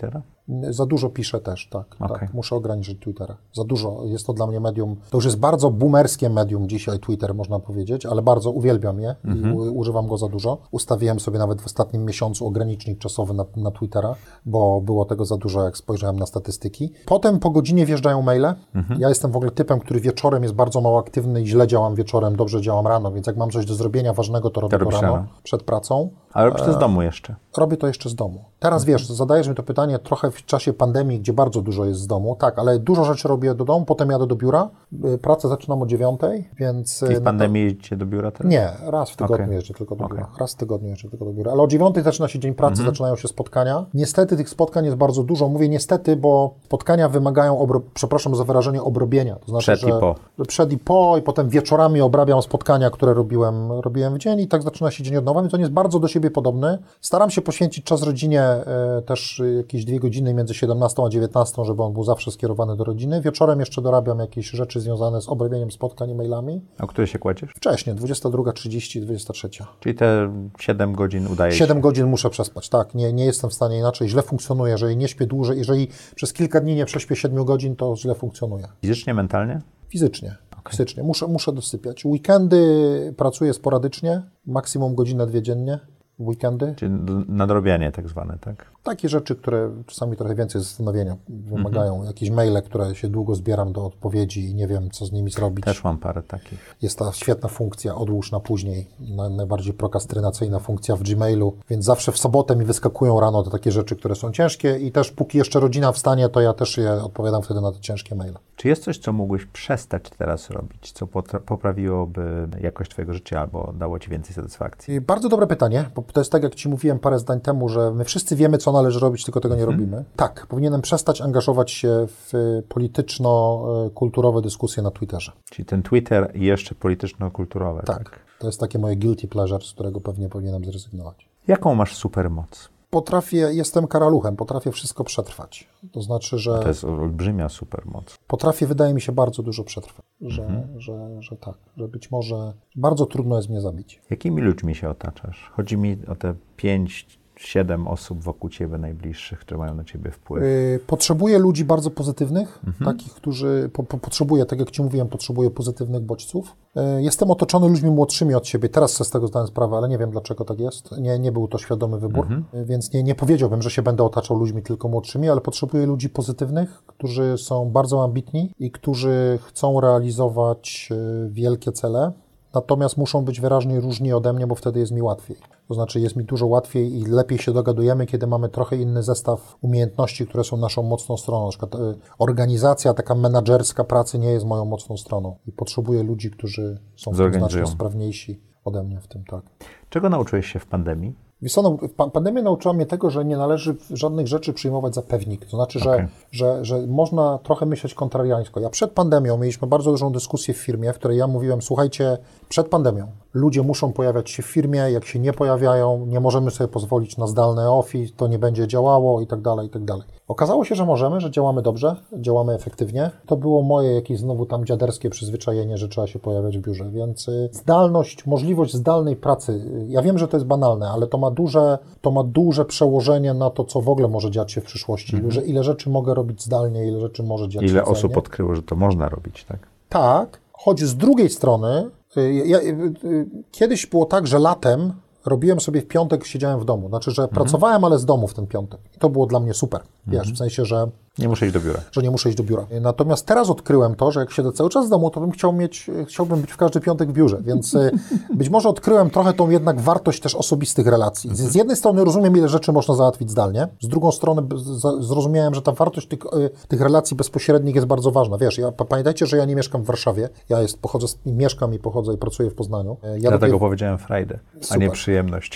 Za dużo piszę też, tak, okay. tak. Muszę ograniczyć Twittera. Za dużo. Jest to dla mnie medium, to już jest bardzo boomerskie medium dzisiaj, Twitter można powiedzieć, ale bardzo uwielbiam je mhm. i u, używam go za dużo. Ustawiłem sobie nawet w ostatnim miesiącu ogranicznik czasowy na, na Twittera, bo było tego za dużo, jak spojrzałem na statystyki. Potem po godzinie wjeżdżają maile. Mhm. Ja jestem w ogóle typem, który wieczorem jest bardzo mało aktywny i źle działam wieczorem, dobrze działam rano, więc jak mam coś do zrobienia ważnego, to robię to, to rano, rano, przed pracą. Ale robisz to z domu jeszcze? Robię to jeszcze z domu. Teraz wiesz, zadajesz mi to pytanie trochę w czasie pandemii, gdzie bardzo dużo jest z domu. Tak, ale dużo rzeczy robię do domu, potem jadę do biura. Pracę zaczynam o dziewiątej, więc... I w pandemii jedziecie do biura teraz? Nie, raz w tygodniu okay. jeżdżę tylko do biura. Okay. Raz w tygodniu jeżdżę tylko do biura. Ale o dziewiątej zaczyna się dzień pracy, mhm. zaczynają się spotkania. Niestety tych spotkań jest bardzo dużo. Mówię niestety, bo spotkania wymagają, obro... przepraszam za wyrażenie, obrobienia. To znaczy, przed że, i po. Że przed i po i potem wieczorami obrabiam spotkania, które robiłem, robiłem w dzień i tak zaczyna się dzień od nowa, więc on jest bardzo do siebie podobny. Staram się poświęcić czas rodzinie e, też jakieś dwie godziny między siedemnastą a dziewiętnastą, żeby on był zawsze skierowany do rodziny. Wieczorem jeszcze dorabiam jakieś rzeczy związane z obrabianiem spotkań i mailami. A o której się kładziesz? Wcześniej, dwudziesta druga trzydzieści, dwudziesta trzecia. Czyli te siedem godzin udaje się? siedem godzin muszę przespać, tak. Nie, nie jestem w stanie inaczej. Źle funkcjonuję. Jeżeli nie śpię dłużej, jeżeli przez kilka dni nie prześpię siedmiu godzin, to źle funkcjonuje. Fizycznie, mentalnie? Fizycznie. Okay. Fizycznie. Muszę, muszę dosypiać. Weekendy pracuję sporadycznie, maksimum godzinę, dwie dziennie. Weekendy. Czyli nadrobienie tak zwane, tak? Takie rzeczy, które czasami trochę więcej zastanowienia wymagają. Mm-hmm. Jakieś maile, które się długo zbieram do odpowiedzi i nie wiem, co z nimi zrobić. Też mam parę takich. Jest ta świetna funkcja, odłóż na później, na, najbardziej prokrastynacyjna funkcja w Gmailu, więc zawsze w sobotę mi wyskakują rano te takie rzeczy, które są ciężkie i też póki jeszcze rodzina wstanie, to ja też je odpowiadam wtedy na te ciężkie maile. Czy jest coś, co mógłbyś przestać teraz robić, co poprawiłoby jakość twojego życia albo dało ci więcej satysfakcji? I bardzo dobre pytanie, bo to jest tak, jak ci mówiłem parę zdań temu, że my wszyscy wiemy, co należy robić, tylko tego nie hmm. robimy. Tak, powinienem przestać angażować się w polityczno-kulturowe dyskusje na Twitterze. Czyli ten Twitter i jeszcze polityczno-kulturowe. Tak, tak, to jest takie moje guilty pleasure, z którego pewnie powinienem zrezygnować. Jaką masz supermoc? Potrafię, jestem karaluchem, potrafię wszystko przetrwać. To znaczy, że... To jest olbrzymia supermoc. Potrafię, wydaje mi się, bardzo dużo przetrwać. Że, mhm. że, że tak, że być może bardzo trudno jest mnie zabić. Jakimi ludźmi się otaczasz? Chodzi mi o te pięć, siedem osób wokół ciebie najbliższych, które mają na ciebie wpływ. Yy, potrzebuję ludzi bardzo pozytywnych, mhm. takich, którzy... Po, po, potrzebuję, tak jak ci mówiłem, potrzebuję pozytywnych bodźców. Yy, jestem otoczony ludźmi młodszymi od siebie. Teraz sobie z tego zdałem sprawę, ale nie wiem, dlaczego tak jest. Nie, nie był to świadomy wybór, mhm. yy, więc nie, nie powiedziałbym, że się będę otaczał ludźmi tylko młodszymi, ale potrzebuję ludzi pozytywnych, którzy są bardzo ambitni i którzy chcą realizować yy, wielkie cele. Natomiast muszą być wyraźnie różni ode mnie, bo wtedy jest mi łatwiej. To znaczy jest mi dużo łatwiej i lepiej się dogadujemy, kiedy mamy trochę inny zestaw umiejętności, które są naszą mocną stroną. Na przykład organizacja taka menadżerska pracy nie jest moją mocną stroną. I potrzebuję ludzi, którzy są znacznie sprawniejsi ode mnie w tym, tak. Czego nauczyłeś się w pandemii? Wiesz co, no, pandemia nauczyła mnie tego, że nie należy żadnych rzeczy przyjmować za pewnik. To znaczy, że, okay. że, że można trochę myśleć kontrariańsko. Ja przed pandemią mieliśmy bardzo dużą dyskusję w firmie, w której ja mówiłem, słuchajcie, przed pandemią ludzie muszą pojawiać się w firmie, jak się nie pojawiają, nie możemy sobie pozwolić na zdalny office, to nie będzie działało i tak dalej, i tak dalej. Okazało się, że możemy, że działamy dobrze, działamy efektywnie. To było moje jakieś znowu tam dziaderskie przyzwyczajenie, że trzeba się pojawiać w biurze, więc zdalność, możliwość zdalnej pracy, ja wiem, że to jest banalne, ale to ma duże, to ma duże przełożenie na to, co w ogóle może dziać się w przyszłości. Mhm. Że ile rzeczy mogę robić zdalnie, ile rzeczy może dziać się zdalnie. Ile osób odkryło, że to można robić, tak? Tak, choć z drugiej strony, ja, kiedyś było tak, że latem robiłem sobie w piątek, siedziałem w domu. Znaczy, że mhm. pracowałem, ale z domu w ten piątek. I to było dla mnie super. Wiesz, mhm. w sensie, że... Nie muszę iść do biura. Że nie muszę iść do biura. Natomiast teraz odkryłem to, że jak siedzę cały czas w domu, to bym chciał mieć, chciałbym być w każdy piątek w biurze. Więc być może odkryłem trochę tą jednak wartość też osobistych relacji. Z jednej strony rozumiem, ile rzeczy można załatwić zdalnie. Z drugą strony zrozumiałem, że ta wartość tych, tych relacji bezpośrednich jest bardzo ważna. Wiesz, ja, pamiętajcie, że ja nie mieszkam w Warszawie. Ja jest, pochodzę, mieszkam i pochodzę i pracuję w Poznaniu. Ja Dlatego tej... powiedziałem Friday, a nie przyjemność.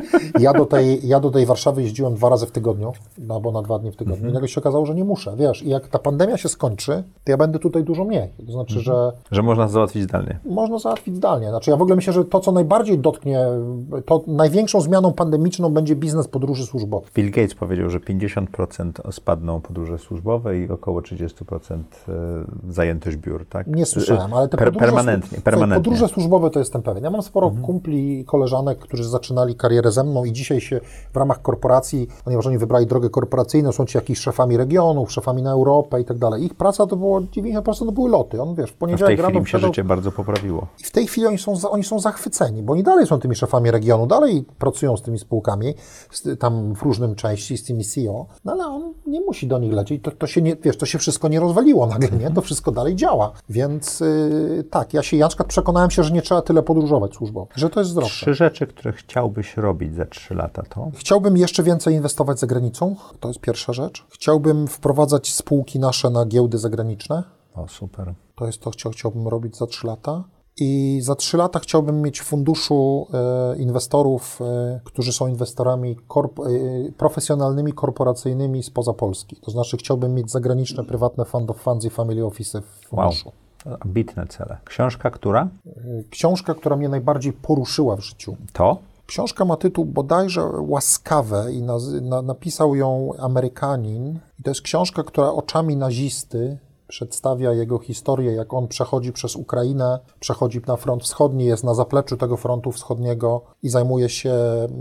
Ja do, tej, ja do tej Warszawy jeździłem dwa razy w tygodniu, albo na dwa dni w tygodniu. Mhm. I nagle się okazało, że nie muszę, wiesz, i jak ta pandemia się skończy, to ja będę tutaj dużo mniej. To znaczy, mhm. że... Że można załatwić zdalnie. Można załatwić zdalnie. Znaczy, ja w ogóle myślę, że to, co najbardziej dotknie, to największą zmianą pandemiczną będzie biznes podróży służbowych. Bill Gates powiedział, że pięćdziesiąt procent spadną podróże służbowe i około trzydzieści procent zajętość biur, tak? Nie słyszałem, ale te per, podróże, permanentnie, permanentnie. podróże służbowe to jestem pewien. Ja mam sporo mhm. kumpli i koleżanek, którzy zaczynali karierę ze mną i dzisiaj się w ramach korporacji, ponieważ oni wybrali wybrali drogę korporacyjną, są ci jakimiś szefami regionów, szefami na Europę i tak dalej. Ich praca to było, dziewięćdziesiąt procent to były loty. On, wiesz, w poniedziałek w tej chwili rano im się wsiadał... życie bardzo poprawiło. I w tej chwili oni są, oni są zachwyceni, bo oni dalej są tymi szefami regionu, dalej pracują z tymi spółkami, z, tam w różnym części, z tymi C E O, no ale on nie musi do nich lecieć. To, to się nie, wiesz, to się wszystko nie rozwaliło nagle, nie? To wszystko dalej działa. Więc yy, tak, ja się, ja na przykład przekonałem się, że nie trzeba tyle podróżować służbowo, że to jest zdrowsze. Trzy rzeczy, które chciałbyś robić za trzy lata to? Chciałbym jeszcze więcej inwestować za granicą, to jest pierwsza rzecz. Chciałbym wprowadzać spółki nasze na giełdy zagraniczne. O, super. To jest to, co chciałbym robić za trzy lata. I za trzy lata chciałbym mieć w funduszu e, inwestorów, e, którzy są inwestorami korp- e, profesjonalnymi, korporacyjnymi spoza Polski. To znaczy chciałbym mieć zagraniczne, prywatne fund of funds i family office w funduszu. Wow. Ambitne cele. Książka, która? E, książka, która mnie najbardziej poruszyła w życiu. To? Książka ma tytuł bodajże Łaskawe i naz- na- napisał ją Amerykanin. I to jest książka, która oczami nazisty przedstawia jego historię, jak on przechodzi przez Ukrainę, przechodzi na front wschodni, jest na zapleczu tego frontu wschodniego i zajmuje się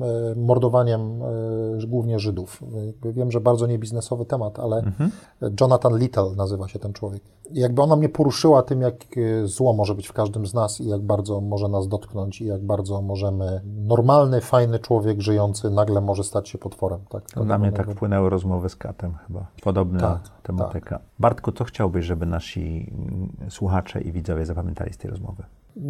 mordowaniem głównie Żydów. Wiem, że bardzo niebiznesowy temat, ale mhm. Jonathan Littell nazywa się ten człowiek. I jakby ona mnie poruszyła tym, jak zło może być w każdym z nas i jak bardzo może nas dotknąć i jak bardzo możemy, normalny, fajny człowiek żyjący nagle może stać się potworem. Tak? To dla mnie tak wpłynęły rozmowy z Katem chyba. Podobna tak, tematyka. Tak. Bartku, co chciałbyś, żeby nasi słuchacze i widzowie zapamiętali z tej rozmowy?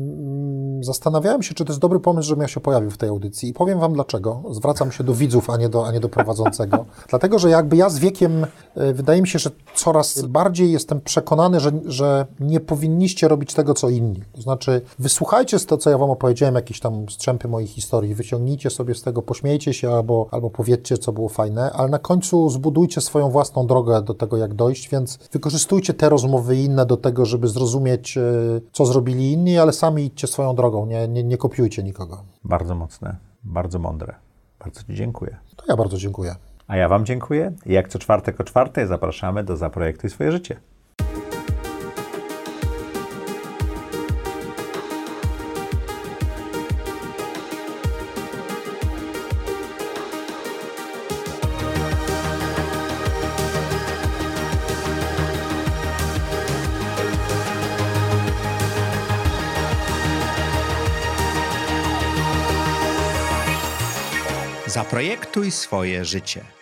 Zastanawiałem się, czy to jest dobry pomysł, żebym ja się pojawił w tej audycji i powiem wam dlaczego. Zwracam się do widzów, a nie do, a nie do prowadzącego. Dlatego, że jakby ja z wiekiem, wydaje mi się, że coraz bardziej jestem przekonany, że, że nie powinniście robić tego, co inni. To znaczy, wysłuchajcie z to, co ja wam opowiedziałem, jakieś tam strzępy moich historii, wyciągnijcie sobie z tego, pośmiejcie się albo, albo powiedzcie, co było fajne, ale na końcu zbudujcie swoją własną drogę do tego, jak dojść, więc wykorzystujcie te rozmowy inne do tego, żeby zrozumieć, co zrobili inni, ale sami idźcie swoją drogą, nie, nie, nie kopiujcie nikogo. Bardzo mocne, bardzo mądre. Bardzo Ci dziękuję. To ja bardzo dziękuję. A ja Wam dziękuję. I jak co czwartek o czwartej zapraszamy do Zaprojektuj swoje życie. Zaprojektuj swoje życie.